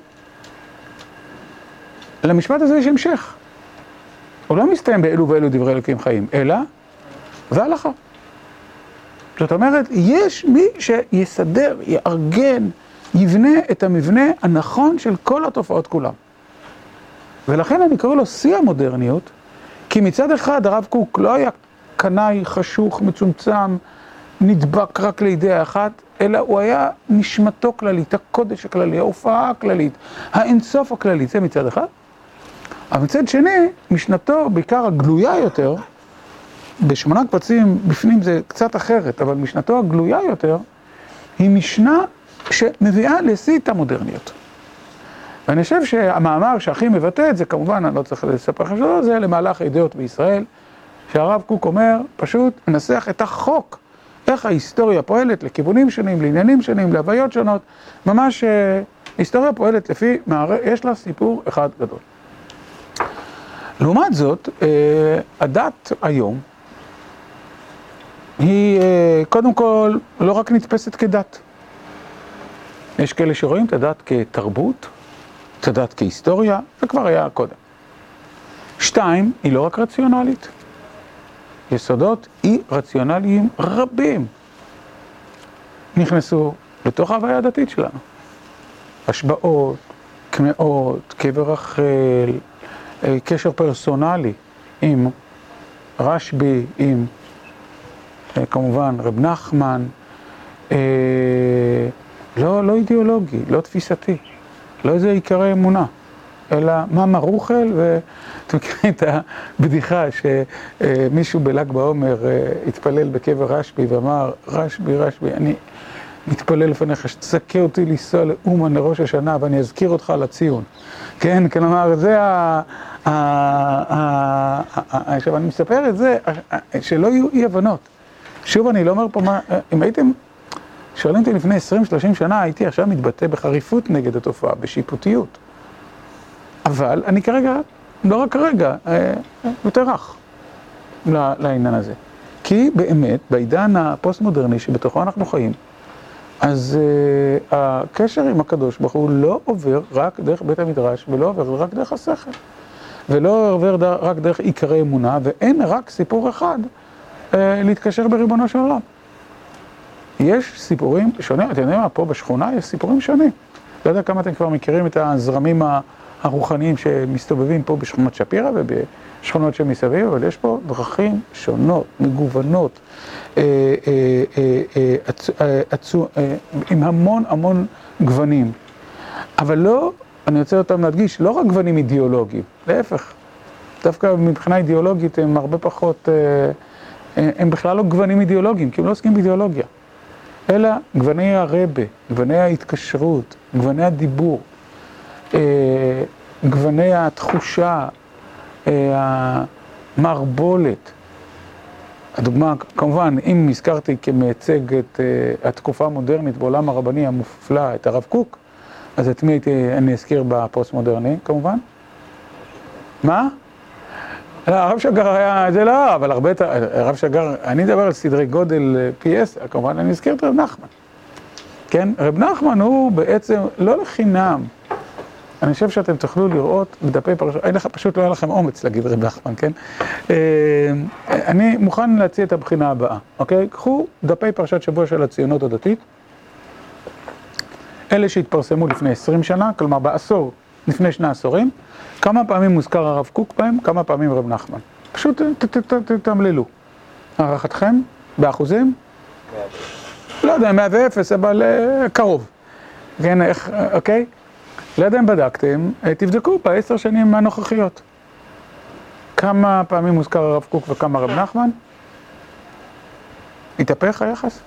למשפט הזה יש המשך. הוא לא מסתיים באלו ואלו דברי אלוקים חיים, אלא והלכה. זאת אומרת, יש מי שיסדר, יארגן, יבנה את המבנה הנכון של כל התופעות כולם. ולכן אני קורא לו שיא המודרניות, כי מצד אחד הרב קוק לא היה קנאי, חשוך, מצומצם, נדבק רק לידי אחת, אלא הוא היה נשמתו כללית, הקודש הכללי, ההופעה הכללית, האינסוף הכללית, זה מצד אחד. אבל מצד שני, משנתו בעיקר הגלויה יותר, בשמונה קבצים בפנים זה קצת אחרת, אבל משנתו הגלויה יותר, היא משנה שמביאה לשיא את המודרניות. ואני חושב שהמאמר שהכי מבטא את זה, כמובן, אני לא צריך לספר לכם שלא, זה למהלך הידיעות בישראל, שהרב קוק אומר, פשוט נסח את החוק, איך ההיסטוריה פועלת לכיוונים שונים, לעניינים שונים, להוויות שונות, ממש היסטוריה פועלת לפי, יש לה סיפור אחד גדול. לעומת זאת, הדת היום היא קודם כל לא רק נתפסת כדת. יש כאלה שרואים את הדת כתרבות, את הדת כהיסטוריה, זה כבר היה קודם. 2, היא לא רק רציונלית. יסודות אי רציונליים רבים נכנסו לתוך ההוויה הדתית שלנו. השבעות, קמאות, קבר רחל, קשר פרסונלי עם רשב"י, עם כמובן רב נחמן, לא אידיאולוגי, לא תפיסתי, לא איזה עיקרי אמונה, אלא מאמר רוכל, ואתם מכירים את הבדיחה שמישהו בל"ג בעומר התפלל בקבר רשב"י ואמר, רשב"י, אני מתפלל לפניך שתזכה אותי לנסוע לאומן לראש השנה ואני אזכיר אותך על הציון. כן, כלומר, זה עכשיו אני מספר את זה, שלא יהיו אי הבנות. שוב, אני לא אומר פה מה, אם הייתם שואלים אותי לפני 20-30 שנה, הייתי עכשיו מתבטא בחריפות נגד התופעה, בשיפוטיות. אבל אני כרגע, לא רק כרגע, יותר רך לעניין הזה. כי באמת, בעידן הפוסט-מודרני שבתוכו אנחנו חיים, אז הקשר עם הקדוש ברוך הוא לא עובר רק דרך בית המדרש, ולא עובר רק דרך השכל, ולא עובר רק דרך עיקרי אמונה, ואין רק סיפור אחד להתקשר בריבונו של עולם. יש סיפורים שונים, אתם יודעים מה, פה בשכונה יש סיפורים שונים. לא יודע כמה אתם כבר מכירים את הזרמים הרוחניים שמסתובבים פה בשכונות שפירא ובשכונות שמסביב, אבל יש פה דרכים שונות, מגוונות, עם המון המון גוונים. אבל לא, אני רוצה אותם להדגיש, לא רק גוונים אידיאולוגיים, להפך. דווקא מבחינה אידיאולוגית הם הרבה פחות, הם בכלל לא גוונים אידיאולוגיים, כי הם לא עוסקים באידיאולוגיה. אלא גווני הרבה, גווני ההתקשרות, גווני הדיבור, גווני התחושה, המערבולת. הדוגמה, כמובן, אם הזכרתי כמייצג את התקופה המודרנית בעולם הרבני המופלא, את הרב קוק, אז את מי אני אזכיר בפוסט-מודרני, כמובן? מה? הרב שגר היה, זה לא, אבל הרבה, הרב שגר, אני אדבר על סדרי גודל פי 10, כמובן, אני אזכיר את רב נחמן. כן? רב נחמן הוא בעצם לא לחינם. אני חושב שאתם תוכלו לראות בדפי פרשת, פשוט לא היה לכם אומץ להגיד רב נחמן, כן? אני מוכן להציע את הבחינה הבאה, אוקיי? קחו דפי פרשת שבוע של הציונות הדתית, אלה שהתפרסמו לפני 20 שנה, כלומר בעשור, לפני 2 עשורים, כמה פעמים מוזכר הרב קוק בהם, כמה פעמים רב נחמן. פשוט תמללו. הערכתכם, באחוזים? לא יודע, 100 אבל קרוב. כן, איך, אוקיי? לא יודע אם בדקתם, תבדקו ב10 שנים הנוכחיות. כמה פעמים מוזכר הרב קוק וכמה רב נחמן? התהפך היחס?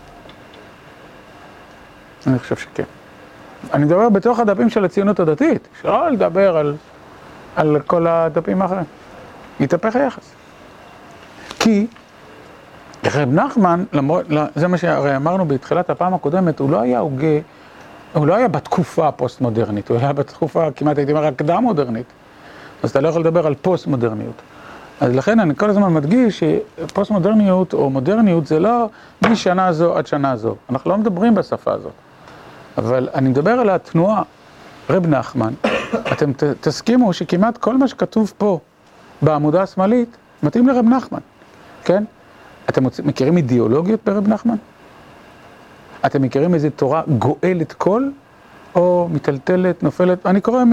אני חושב שכן. אני מדבר בתוך הדפים של הציונות הדתית, שלא לדבר על כל הדפים האחרים. התהפך היחס. כי רב נחמן, זה מה שהרי אמרנו בתחילת הפעם הקודמת, הוא לא היה הוגה, הוא לא היה בתקופה הפוסט-מודרנית, הוא היה בתקופה, כמעט הייתי אומר, הקדם-מודרנית. אז אתה לא יכול לדבר על פוסט-מודרניות. אז לכן אני כל הזמן מדגיש שפוסט-מודרניות או מודרניות זה לא משנה זו עד שנה זו. אנחנו לא מדברים בשפה הזאת. אבל אני מדבר על התנועה, רב נחמן, אתם תסכימו שכמעט כל מה שכתוב פה בעמודה השמאלית מתאים לרב נחמן, כן? אתם מכירים אידיאולוגיות ברב נחמן? אתם מכירים איזו תורה גואלת קול, או מטלטלת, נופלת? אני קורא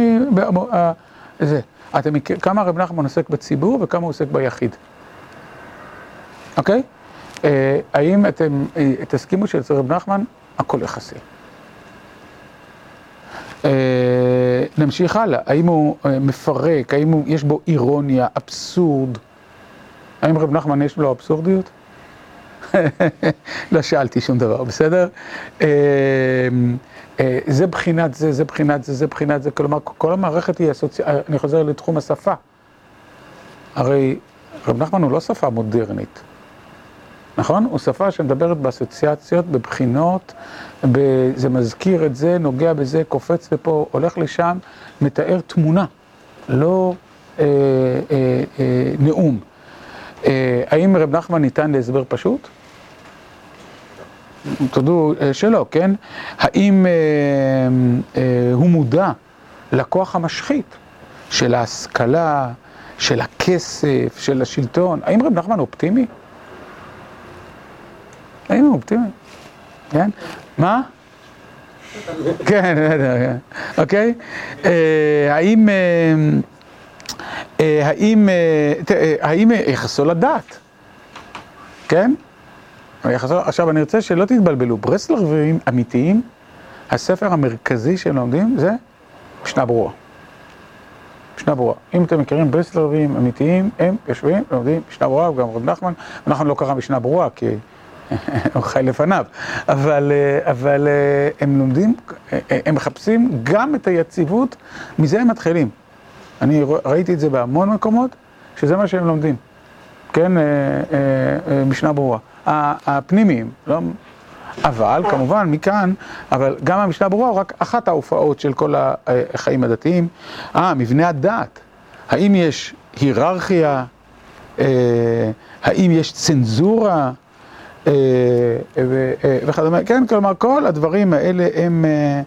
כמה רב נחמן עוסק בציבור וכמה הוא עוסק ביחיד. אוקיי? האם אתם תסכימו שאצל רב נחמן הכל יחסי? נמשיך הלאה, האם הוא מפרק, האם יש בו אירוניה, אבסורד? האם רב נחמן יש לו אבסורדיות? לא שאלתי שום דבר, בסדר? זה בחינת זה, זה בחינת זה, זה בחינת זה, כלומר כל המערכת היא אני חוזר לתחום השפה. הרי רב נחמן הוא לא שפה מודרנית, נכון? הוא שפה שמדברת באסוציאציות, בבחינות, זה מזכיר את זה, נוגע בזה, קופץ לפה, הולך לשם, מתאר תמונה, לא נאום. האם רב נחמן ניתן להסבר פשוט? תודו שלא, כן? האם הוא מודע לכוח המשחית של ההשכלה, של הכסף, של השלטון? האם רב נחמן אופטימי? האם הוא אופטימי? כן? מה? כן, אוקיי? האם יחסו לדת? כן? עכשיו אני רוצה שלא תתבלבלו, ברסלבים אמיתיים, הספר המרכזי שהם לומדים זה משנה ברורה. משנה ברורה. אם אתם מכירים ברסלבים אמיתיים, הם יושבים, לומדים משנה ברורה, וגם רב נחמן, אנחנו לא קרא משנה ברורה, כי הוא חי לפניו, אבל הם לומדים, הם מחפשים גם את היציבות, מזה הם מתחילים. אני ראיתי את זה בהמון מקומות, שזה מה שהם לומדים. כן, משנה ברורה. הפנימיים, לא, אבל כמובן מכאן, אבל גם המשנה ברורה הוא רק אחת ההופעות של כל החיים הדתיים. מבנה הדת, האם יש היררכיה, האם יש צנזורה, וכדומה, כן, כלומר כל הדברים האלה הם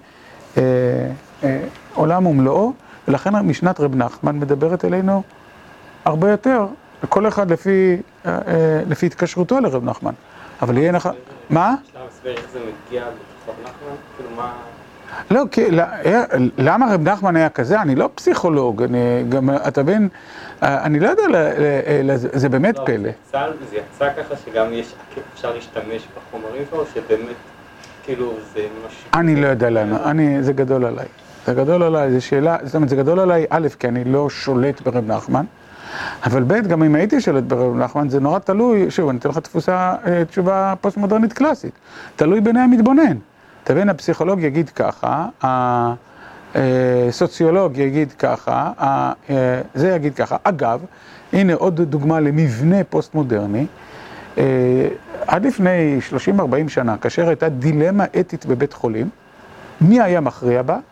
עולם ומלואו, ולכן משנת רב נחמן מדברת אלינו הרבה יותר, כל אחד לפי התקשרותו לרב נחמן. אבל יהיה לך... מה? אפשר להסביר איך זה מגיע בתוך רב נחמן? כאילו מה... לא, למה רב נחמן היה כזה? אני לא פסיכולוג, אתה מבין, אני לא יודע, זה באמת פלא. זה יצא ככה שגם אפשר להשתמש בחומרים שלו, שבאמת, כאילו, זה ממש... אני לא יודע למה, זה גדול עליי. זה גדול עליי, זו שאלה, זאת אומרת, זה גדול עליי, א', כי אני לא שולט ברב נחמן, אבל ב', גם אם הייתי שולט ברב נחמן, זה נורא תלוי, שוב, אני אתן לך תשובה פוסט-מודרנית קלאסית, תלוי בעיני המתבונן. תבין, הפסיכולוג יגיד ככה, הסוציולוג יגיד ככה, זה יגיד ככה. אגב, הנה עוד דוגמה למבנה פוסט-מודרני. עד לפני 30-40 שנה, כאשר הייתה דילמה אתית בבית חולים, מי היה מכריע בה?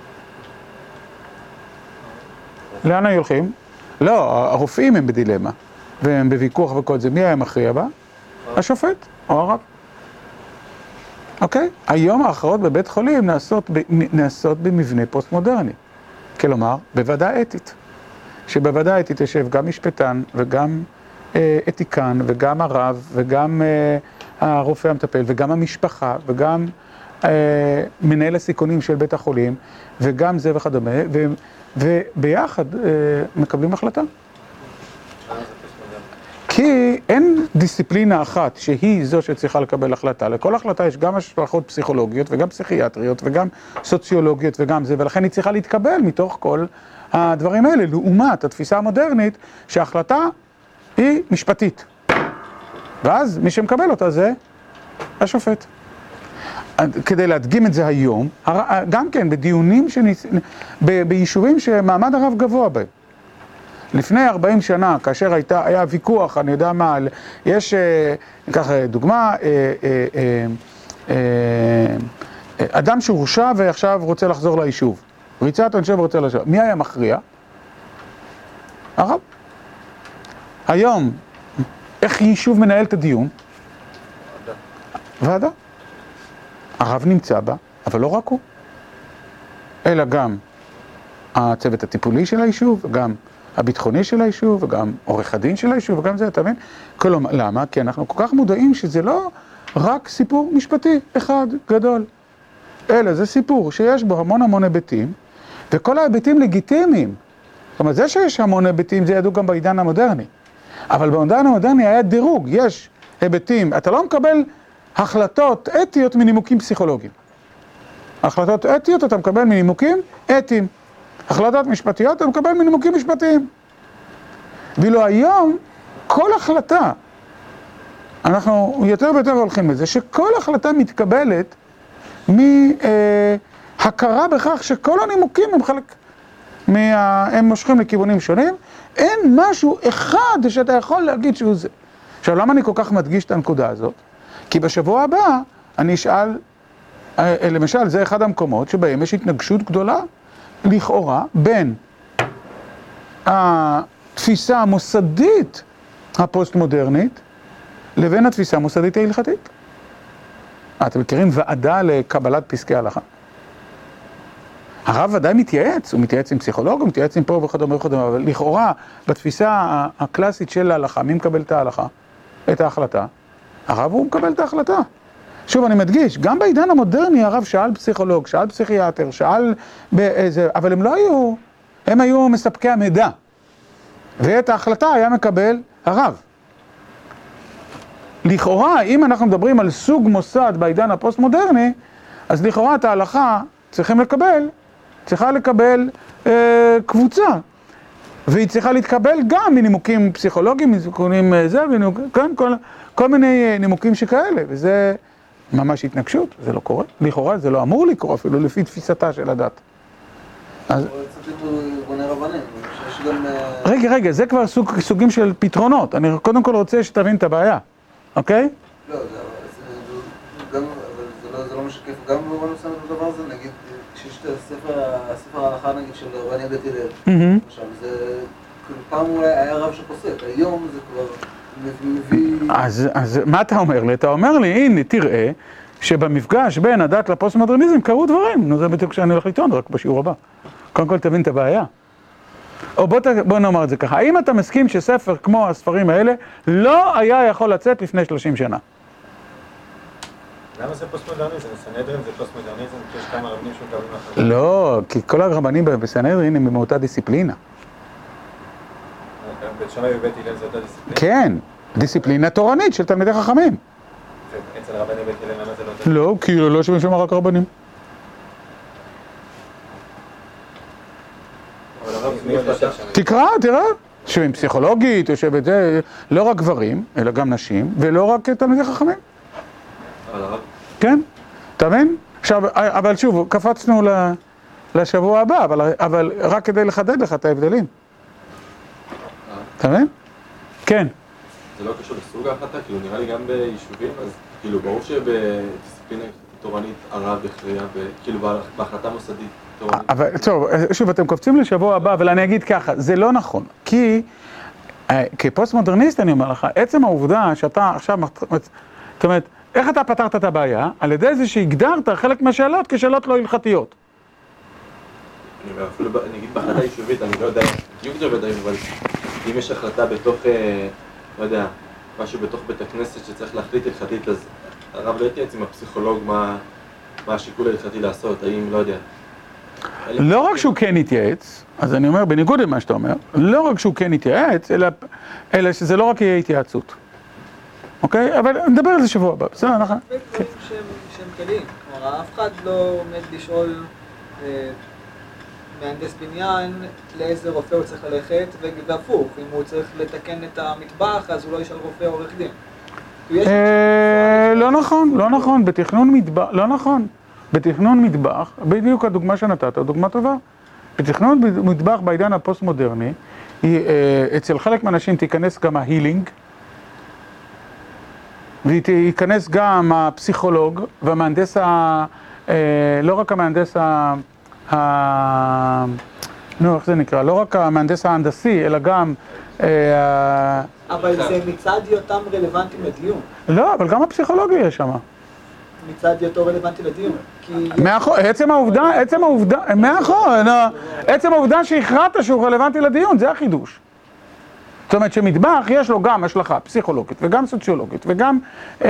לאן היו הולכים? לא, הרופאים הם בדילמה, והם בוויכוח וכל זה. מי היה מכריע בה? השופט או הרב. אוקיי? היום ההכרעות בבית חולים נעשות במבנה פוסט-מודרני. כלומר, בוועדה אתית. שבוועדה אתית יושב גם משפטן וגם אתיקן וגם הרב וגם הרופא המטפל וגם המשפחה וגם מנהל הסיכונים של בית החולים וגם זה וכדומה, וביחד מקבלים החלטה. כי אין דיסציפלינה אחת שהיא זו שצריכה לקבל החלטה. לכל החלטה יש גם השלכות פסיכולוגיות וגם פסיכיאטריות וגם סוציולוגיות וגם זה, ולכן היא צריכה להתקבל מתוך כל הדברים האלה, לעומת התפיסה המודרנית שההחלטה היא משפטית. ואז מי שמקבל אותה זה השופט. כדי להדגים את זה היום, גם כן בדיונים ביישובים שמעמד הרב גבוה בהם. לפני 40 שנה, כאשר היה ויכוח, אני יודע מה, יש, ניקח דוגמה, אדם שהורשע ועכשיו רוצה לחזור ליישוב. ריצת עונשו ורוצה לשוב. מי היה מכריע? הרב. היום, איך יישוב מנהל את הדיון? ועדה. הרב נמצא בה, אבל לא רק הוא. אלא גם הצוות הטיפולי של היישוב, וגם הביטחוני של היישוב, וגם עורך הדין של היישוב, וגם זה, אתה מבין? כלומר, למה? כי אנחנו כל כך מודעים שזה לא רק סיפור משפטי אחד גדול, אלא זה סיפור שיש בו המון היבטים, וכל ההיבטים לגיטימיים. זאת אומרת, זה שיש המון היבטים, זה ידעו גם בעידן המודרני. אבל בעידן המודרני היה דירוג, יש היבטים, אתה לא מקבל החלטות אתיות מנימוקים פסיכולוגיים. החלטות אתיות אתה מקבל מנימוקים אתיים. החלטות משפטיות אתה מקבל מנימוקים משפטיים. ואילו היום, כל החלטה, אנחנו יותר ויותר הולכים לזה, שכל החלטה מתקבלת מהכרה בכך שכל הנימוקים הם חלק, הם מושכים לכיוונים שונים, אין משהו אחד שאתה יכול להגיד שהוא זה. עכשיו, למה אני כל כך מדגיש את הנקודה הזאת? כי בשבוע הבא אני אשאל, למשל, זה אחד המקומות שבהם יש התנגשות גדולה, לכאורה, בין התפיסה המוסדית הפוסט-מודרנית לבין התפיסה המוסדית ההלכתית. אתם מכירים ועדה לקבלת פסקי הלכה? הרב ודאי מתייעץ, הוא מתייעץ עם פסיכולוג, הוא מתייעץ עם פה וכדומה וכדומה, אבל לכאורה, בתפיסה הקלאסית של ההלכה, מי מקבל את ההלכה? את ההחלטה? הרב הוא מקבל את ההחלטה. שוב, אני מדגיש, גם בעידן המודרני הרב שאל פסיכולוג, שאל פסיכיאטר, שאל באיזה, אבל הם לא היו, הם היו מספקי המידע. ואת ההחלטה היה מקבל הרב. לכאורה, אם אנחנו מדברים על סוג מוסד בעידן הפוסט-מודרני, אז לכאורה את ההלכה צריכה לקבל קבוצה. והיא צריכה להתקבל גם מנימוקים פסיכולוגיים, מנימוקים זה, כל מיני נימוקים שכאלה, וזה ממש התנגשות, זה לא קורה. לכאורה זה לא אמור לקרות, אפילו לפי תפיסתה של הדת. רגע, זה כבר סוגים של פתרונות. אני קודם כל רוצה שתבין את הבעיה, אוקיי? לא, זה לא משקף, גם בוא נושא את הדבר הזה, נגיד, כשיש את הספר ההלכה, נגיד, של רבני בית הלל, עכשיו, זה, פעם אולי היה רב שפוסק, היום זה כבר מביא... אז מה אתה אומר לי? אתה אומר לי, הנה, תראה, שבמפגש בין הדת לפוסט-מודרניזם קרו דברים. נו, זה בדיוק שאני הולך לטעון, רק בשיעור הבא. קודם כל תבין את הבעיה. או בוא נאמר את זה ככה, האם אתה מסכים שספר כמו הספרים האלה לא היה יכול לצאת לפני 30 שנה? למה זה פוסט-מודרניזם? סנהדרין זה פוסט-מודרניזם, כי יש כמה רבנים שמקבלים אחרים. לא, כי כל הרבנים בסנהדרין הם מאותה דיסציפלינה. בית שמאי ובית הלל זה אותה דיסציפלינה? כן, דיסציפלינה תורנית של תלמידי חכמים. אצל רבני בית הלל למה זה לא אותה? לא, כי לא יושבים שם רק רבנים. אבל הרב מי יודע שם? תקרא, תראה. יושבים פסיכולוגית, יושבת זה, לא רק גברים, אלא גם נשים, ולא רק תלמידי חכמים. אבל הרב? כן, אתה מבין? עכשיו, אבל שוב, קפצנו לשבוע הבא, אבל רק כדי לחדד לך את ההבדלים. אתה מבין? כן. זה לא קשור לסוג ההחלטה, כאילו נראה לי גם ביישובים, אז כאילו ברור שבדיסציפלינה תורנית הרב יכריע, כאילו בהחלטה מוסדית תורנית. אבל טוב, שוב, אתם קופצים לשבוע הבא, אבל אני אגיד ככה, זה לא נכון, כי כפוסט-מודרניסט אני אומר לך, עצם העובדה שאתה עכשיו, זאת אומרת, איך אתה פתרת את הבעיה? על ידי זה שהגדרת חלק מהשאלות כשאלות לא הלכתיות. אני אגיד בהחלטה יישובית, אני לא יודע, בדיוק זה עובד היום, אבל אם יש החלטה בתוך, לא יודע, משהו בתוך בית הכנסת שצריך להחליט הלכתית, אז הרב לא התייעץ עם הפסיכולוג מה השיקול ההלכתי לעשות, האם, לא יודע. לא רק שהוא כן התייעץ, אז אני אומר, בניגוד למה שאתה אומר, לא רק שהוא כן התייעץ, אלא שזה לא רק יהיה התייעצות. אוקיי? אבל נדבר על זה שבוע הבא, בסדר, נכון? דברים שהם כלים, כלומר, אף אחד לא עומד לשאול מהנדס בניין לאיזה רופא הוא צריך ללכת, והפוך, אם הוא צריך לתקן את המטבח, אז הוא לא ישאל רופא או עורך דין. לא נכון, לא נכון, בתכנון מטבח, לא נכון. בתכנון מטבח, בדיוק הדוגמה שנתת, הדוגמה טובה. בתכנון מטבח בעידן הפוסט-מודרני, אצל חלק מהאנשים תיכנס גם ההילינג, וייכנס גם הפסיכולוג והמהנדס, לא רק המהנדס איך זה נקרא? לא רק המהנדס ההנדסי, אלא גם אבל זה מצד היותם רלוונטיים לדיון. לא, אבל גם הפסיכולוגיה יש שם. מצד היותו רלוונטי לדיון. עצם העובדה שהכרעת שהוא רלוונטי לדיון, זה החידוש. זאת אומרת שמטבח יש לו גם השלכה פסיכולוגית וגם סוציולוגית וגם אבל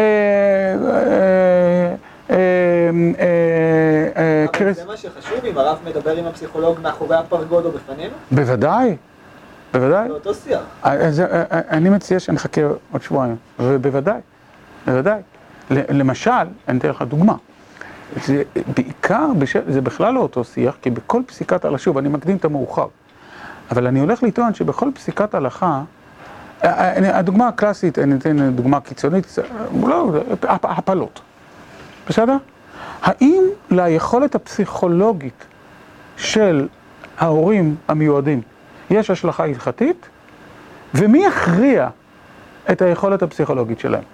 זה מה שחשוב, אם הרב מדבר עם הפסיכולוג מאחורי הפרגוד או בפנינו? בוודאי, בוודאי. זה אותו שיח. אני מציע שנחכה עוד שבועיים, ובוודאי, בוודאי. למשל, אני אתן לך דוגמה. זה בעיקר, זה בכלל לא אותו שיח, כי בכל פסיקת הלכה, שוב, אני מקדים את המאוחר. אבל אני הולך לטעון שבכל פסיקת הלכה, הדוגמה הקלאסית, אני אתן דוגמה קיצונית, לא, הפלות. בסדר? האם ליכולת הפסיכולוגית של ההורים המיועדים יש השלכה הלכתית? ומי יכריע את היכולת הפסיכולוגית שלהם?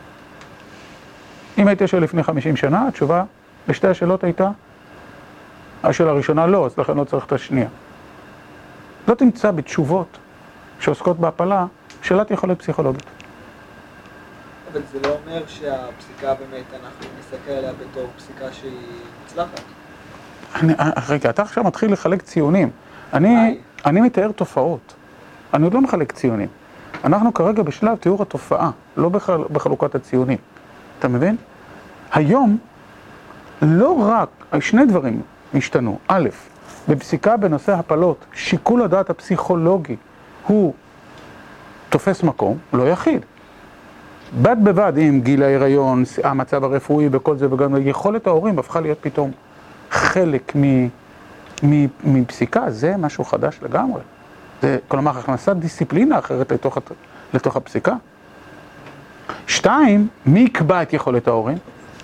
אם הייתי שואל לפני 50 שנה, התשובה בשתי השאלות הייתה, השאלה הראשונה לא, אז לכן לא צריך את השנייה. לא תמצא בתשובות שעוסקות בהפלה שאלת יכולת פסיכולוגית. אבל זה לא אומר שהפסיקה באמת, אנחנו נסתכל עליה בתור פסיקה שהיא מוצלחת. רגע, אתה עכשיו מתחיל לחלק ציונים. אני מתאר תופעות. אני עוד לא מחלק ציונים. אנחנו כרגע בשלב תיאור התופעה, לא בחלוקת הציונים. אתה מבין? היום לא רק, שני דברים השתנו. א', בפסיקה בנושא הפלות, שיקול הדעת הפסיכולוגי הוא תופס מקום, לא יחיד. בד בבד עם גיל ההיריון, המצב הרפואי וכל זה, וגם יכולת ההורים הפכה להיות פתאום חלק מפסיקה, זה משהו חדש לגמרי. זה, כלומר, הכנסת דיסציפלינה אחרת לתוך הפסיקה. 2, מי יקבע את יכולת ההורים?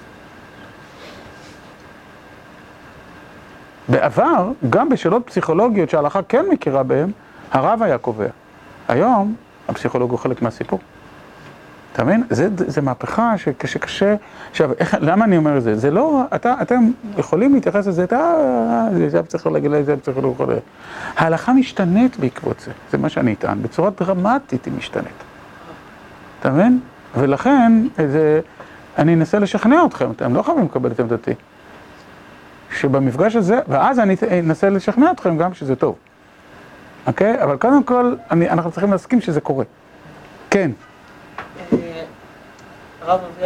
בעבר, גם בשאלות פסיכולוגיות שההלכה כן מכירה בהן, הרב היה קובע. היום, הפסיכולוג הוא חלק מהסיפור. אתה מבין? זה מהפכה שקשה... עכשיו, למה אני אומר את זה? זה לא... אתם יכולים להתייחס לזה, זה פסיכולוג להגיד לזה, פסיכולוג יכול... ההלכה משתנית בעקבות זה. זה מה שאני אטען. בצורה דרמטית היא משתנית. אתה מבין? ולכן, אני אנסה לשכנע אתכם, אתם לא חייבים לקבל את עמדתי. שבמפגש הזה, ואז אני אנסה לשכנע אתכם גם שזה טוב. אוקיי? אבל קודם כל, אנחנו צריכים להסכים שזה קורה. כן. הרב מביא הרבה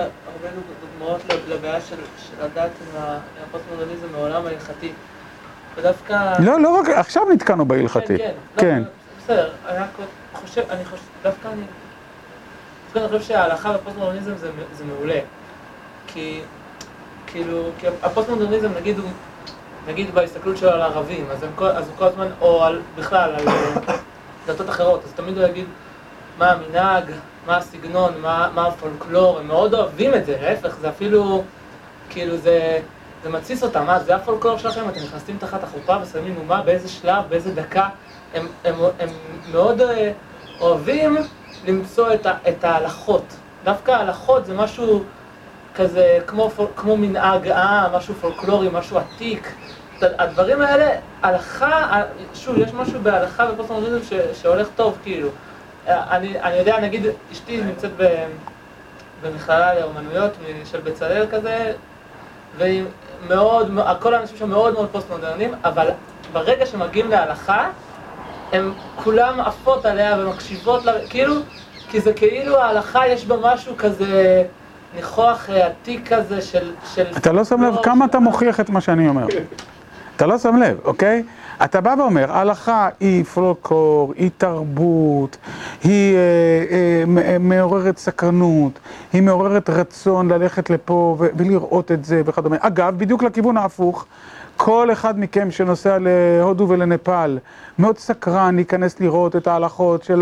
הבאנו דוגמאות לבעיה של לדעת עם הפוסט-מודרניזם מעולם ההלכתי. ודווקא... לא רק, עכשיו נתקענו בהלכתי. כן. בסדר, דווקא אני חושב שההלכה בפוסט-מודרניזם זה מעולה. כי הפוסט-מודרניזם, נגיד בהסתכלות שלו על הערבים, אז הוא כל הזמן, או בכלל, על דתות אחרות, אז תמיד הוא יגיד מה המנהג, מה הסגנון, מה הפולקלור, הם מאוד אוהבים את זה, להפך, זה אפילו, כאילו זה מתסיס אותם, זה הפולקלור שלכם, אתם נכנסים תחת החופה ושמים אומה, באיזה שלב, באיזה דקה, הם מאוד אוהבים למצוא את ההלכות. דווקא ההלכות זה משהו כזה, כמו מנהג משהו פולקלורי, משהו עתיק. הדברים האלה, הלכה, שוב, יש משהו בהלכה בפוסט-מודרניזם שהולך טוב, כאילו. אני יודע, נגיד, אשתי נמצאת במכללה לאומנויות של בצלאל כזה, והיא מאוד, כל האנשים שם מאוד מאוד פוסט-מודרניים, אבל ברגע שמגיעים להלכה, הם כולם עפות עליה ומקשיבות לה, כאילו, כי זה כאילו ההלכה יש בה משהו כזה ניחוח עתיק כזה של... אתה לא שם לב כמה אתה מוכיח את מה שאני אומר. אתה לא שם לב, אוקיי? אתה בא ואומר, ההלכה היא פולקלור, היא תרבות, היא מעוררת סקרנות, היא מעוררת רצון ללכת לפה ולראות את זה וכדומה. אגב, בדיוק לכיוון ההפוך, כל אחד מכם שנוסע להודו ולנפאל מאוד סקרן להיכנס לראות את ההלכות של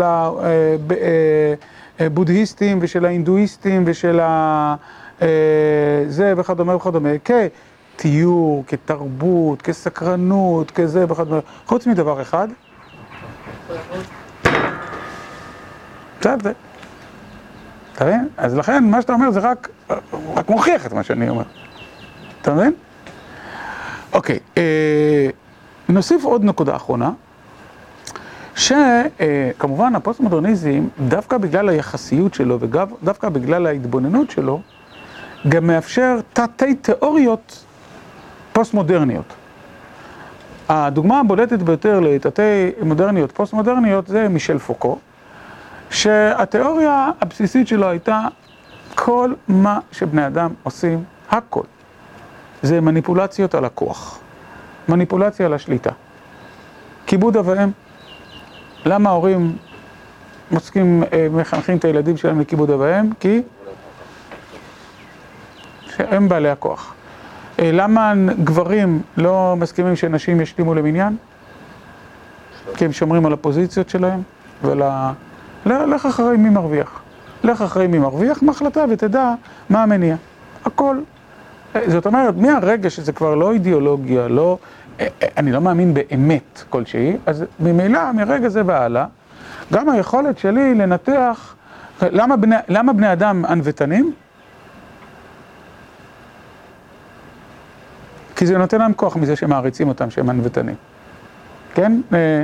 הבודהיסטים ושל ההינדואיסטים ושל זה וכדומה וכדומה. כתיור, כתרבות, כסקרנות, כזה וכדומה. חוץ מדבר אחד. אתה מבין? אז לכן מה שאתה אומר זה רק מוכיח את מה שאני אומר. אתה מבין? אוקיי, נוסיף עוד נקודה אחרונה, שכמובן הפוסט-מודרניזם, דווקא בגלל היחסיות שלו ודווקא בגלל ההתבוננות שלו, גם מאפשר תתי תיאוריות פוסט-מודרניות. הדוגמה הבולטת ביותר לתתי מודרניות פוסט-מודרניות זה מישל פוקו, שהתיאוריה הבסיסית שלו הייתה כל מה שבני אדם עושים, הכל. זה מניפולציות על הכוח, מניפולציה על השליטה. כיבוד אב ואם, למה ההורים מחנכים את הילדים שלהם לכיבוד אב ואם? כי הם בעלי הכוח. למה גברים לא מסכימים שנשים ישלימו למניין? כי הם שומרים על הפוזיציות שלהם, לך אחרי מי מרוויח. לך אחרי מי מרוויח, מהחלטה ותדע מה המניע. הכל. זאת אומרת, מהרגע שזה כבר לא אידיאולוגיה, אני לא מאמין באמת כלשהי, אז ממילא, מרגע זה והלאה, גם היכולת שלי לנתח, למה בני אדם ענוותנים? כי זה נותן להם כוח מזה שמעריצים אותם שהם ענוותנים. כן?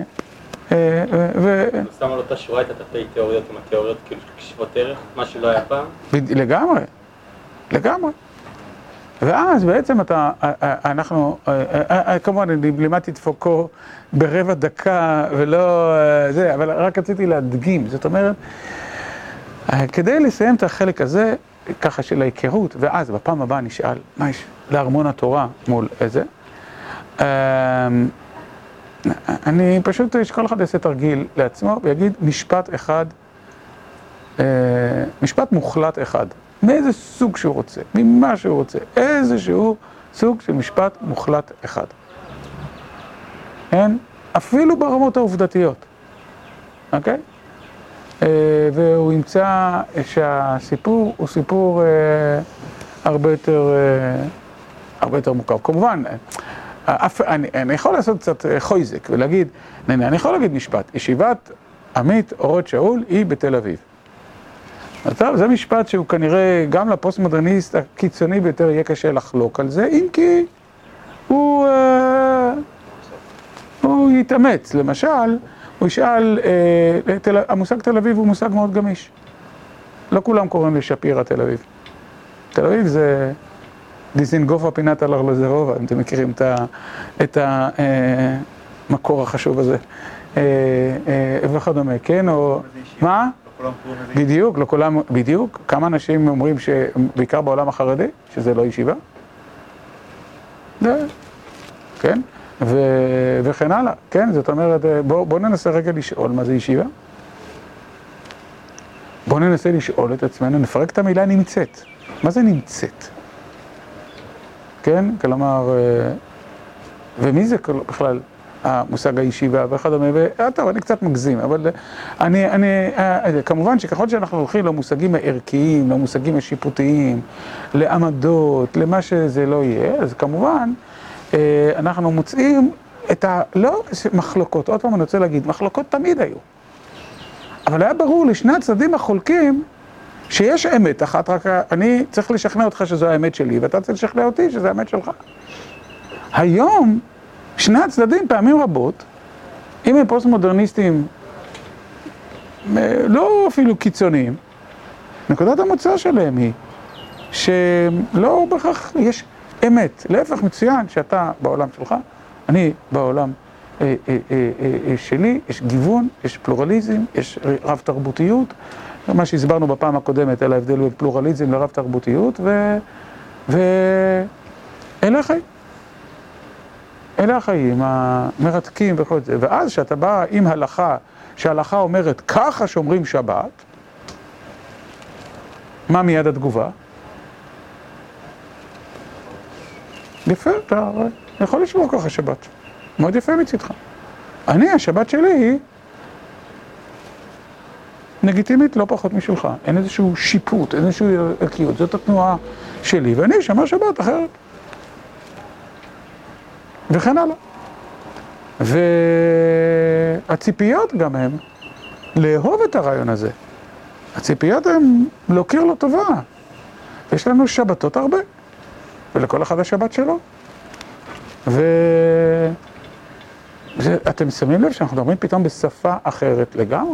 שם על אותה שורה את התתי תיאוריות עם התיאוריות כאילו שוות ערך, מה שלא היה פעם? לגמרי, לגמרי. ואז בעצם אנחנו, כמובן, אני לימדתי את פוקו ברבע דקה ולא זה, אבל רק רציתי להדגים. זאת אומרת, כדי לסיים את החלק הזה, ככה של ההיכרות, ואז בפעם הבאה נשאל, מה יש לארמון התורה מול איזה? אני פשוט, שכל אחד יעשה תרגיל לעצמו ויגיד משפט אחד, משפט מוחלט אחד. מאיזה סוג שהוא רוצה, ממה שהוא רוצה, איזשהו סוג של משפט מוחלט אחד. כן? אפילו ברמות העובדתיות. אוקיי? והוא ימצא שהסיפור הוא סיפור הרבה יותר מורכב. כמובן, אני יכול לעשות קצת חויזק ולהגיד, אני יכול להגיד משפט, ישיבת עמית אורות שאול היא בתל אביב. טוב, זה משפט שהוא כנראה גם לפוסט-מודרניסט הקיצוני ביותר יהיה קשה לחלוק על זה, אם כי הוא יתאמץ. למשל, הוא ישאל, המושג תל אביב הוא מושג מאוד גמיש. לא כולם קוראים לשפירא תל אביב. תל אביב זה דיזינגופה פינת ארלוזורוב, אם אתם מכירים את המקור החשוב הזה. וכדומה, כן? או... מה? כולם פורים מביאים. בדיוק, לא כולם, בדיוק. כמה אנשים אומרים שבעיקר בעולם החרדי, שזה לא ישיבה? כן? וכן הלאה, כן? זאת אומרת, בואו ננסה רגע לשאול מה זה ישיבה. בואו ננסה לשאול את עצמנו, נפרק את המילה נמצאת. מה זה נמצאת? כן? כלומר, ומי זה בכלל המושג הישיבה וכדומה, טוב, אני קצת מגזים, אבל כמובן שככל שאנחנו הולכים למושגים הערכיים, למושגים השיפוטיים, לעמדות, למה שזה לא יהיה, אז כמובן אנחנו מוצאים את לא מחלוקות, עוד פעם אני רוצה להגיד, מחלוקות תמיד היו. אבל היה ברור לשני הצדדים החולקים שיש אמת אחת, רק אני צריך לשכנע אותך שזו האמת שלי, ואתה צריך לשכנע אותי שזו האמת שלך. היום, שני הצדדים פעמים רבות, אם הם פוסט-מודרניסטים לא אפילו קיצוניים, נקודת המוצא שלהם היא שלא בכך יש אמת. להפך מצוין שאתה בעולם שלך, אני בעולם שלי, יש גיוון, יש פלורליזם, יש רב תרבותיות, מה שהסברנו בפעם הקודמת, על ההבדל בין פלורליזם לרב תרבותיות, ואלה החיים. אלה החיים המרתקים וכל זה. ואז שאתה בא עם הלכה, שההלכה אומרת ככה שומרים שבת, מה מיד התגובה? יפה, אתה יכול לשמור ככה שבת. מאוד יפה מצדך. אני, השבת שלי היא לגיטימית לא פחות משלך. אין איזשהו שיפוט, אין איזשהו ערכיות. זאת התנועה שלי, ואני שמר שבת אחרת. וכן הלאה. והציפיות גם הם לאהוב את הרעיון הזה. הציפיות הם להוקיר לו טובה. יש לנו שבתות הרבה, ולכל אחד השבת שלו. ואתם שמים לב שאנחנו מדברים פתאום בשפה אחרת לגמרי.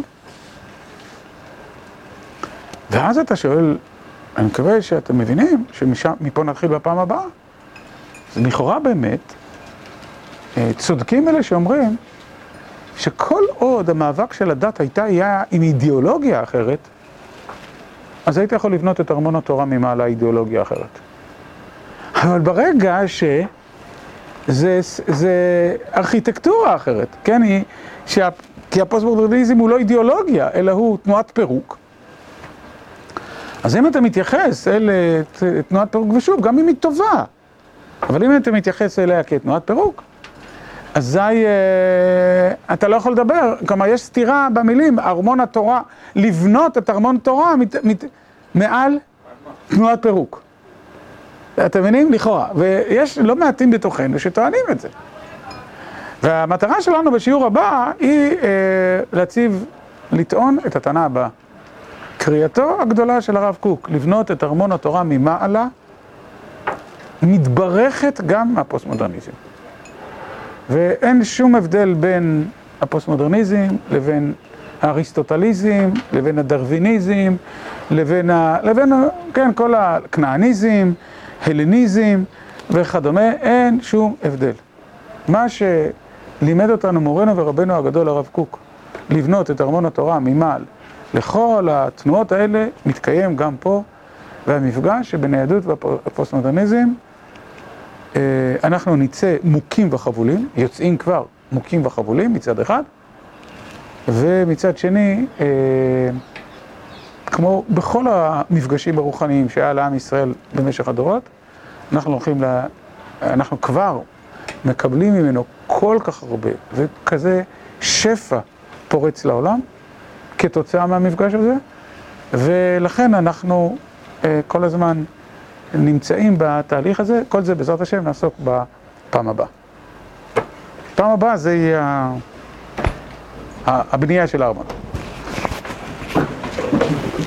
ואז אתה שואל, אני מקווה שאתם מבינים שמפה נתחיל בפעם הבאה. זה לכאורה באמת, צודקים אלה שאומרים שכל עוד המאבק של הדת היה עם אידיאולוגיה אחרת, אז היית יכול לבנות את ארמון התורה ממעלה אידיאולוגיה אחרת. אבל ברגע זה ארכיטקטורה אחרת, כן? כי הפוסט-מודרניזם הוא לא אידיאולוגיה, אלא הוא תנועת פירוק. אז אם אתה מתייחס אל תנועת פירוק, ושוב, גם אם היא טובה, אבל אם אתה מתייחס אליה כתנועת פירוק, אזי אתה לא יכול לדבר, כלומר יש סתירה במילים, ארמון התורה, לבנות את ארמון תורה מעל תנועת פירוק. אתם מבינים? לכאורה. ויש לא מעטים בתוכנו שטוענים את זה. והמטרה שלנו בשיעור הבא היא לטעון את הטענה הבאה. קריאתו הגדולה של הרב קוק, לבנות את ארמון התורה ממעלה, מתברכת גם מהפוסט-מודרניזם. ואין שום הבדל בין הפוסט-מודרניזם לבין האריסטוטליזם, לבין הדרוויניזם, לבין כן, כל הכנעניזם, הלניזם וכדומה, אין שום הבדל. מה שלימד אותנו מורנו ורבנו הגדול הרב קוק, לבנות את ארמון התורה ממעל לכל התנועות האלה, מתקיים גם פה, והמפגש שבין היהדות והפוסט-מודרניזם, אנחנו נצא מוכים וחבולים, יוצאים כבר מוכים וחבולים מצד אחד, ומצד שני, כמו בכל המפגשים הרוחניים שהיה לעם ישראל במשך הדורות, אנחנו כבר מקבלים ממנו כל כך הרבה, וכזה שפע פורץ לעולם, כתוצאה מהמפגש הזה, ולכן אנחנו כל הזמן נמצאים בתהליך הזה, כל זה בעזרת השם נעסוק בפעם הבאה. פעם הבאה זה יהיה הבנייה של הארמון.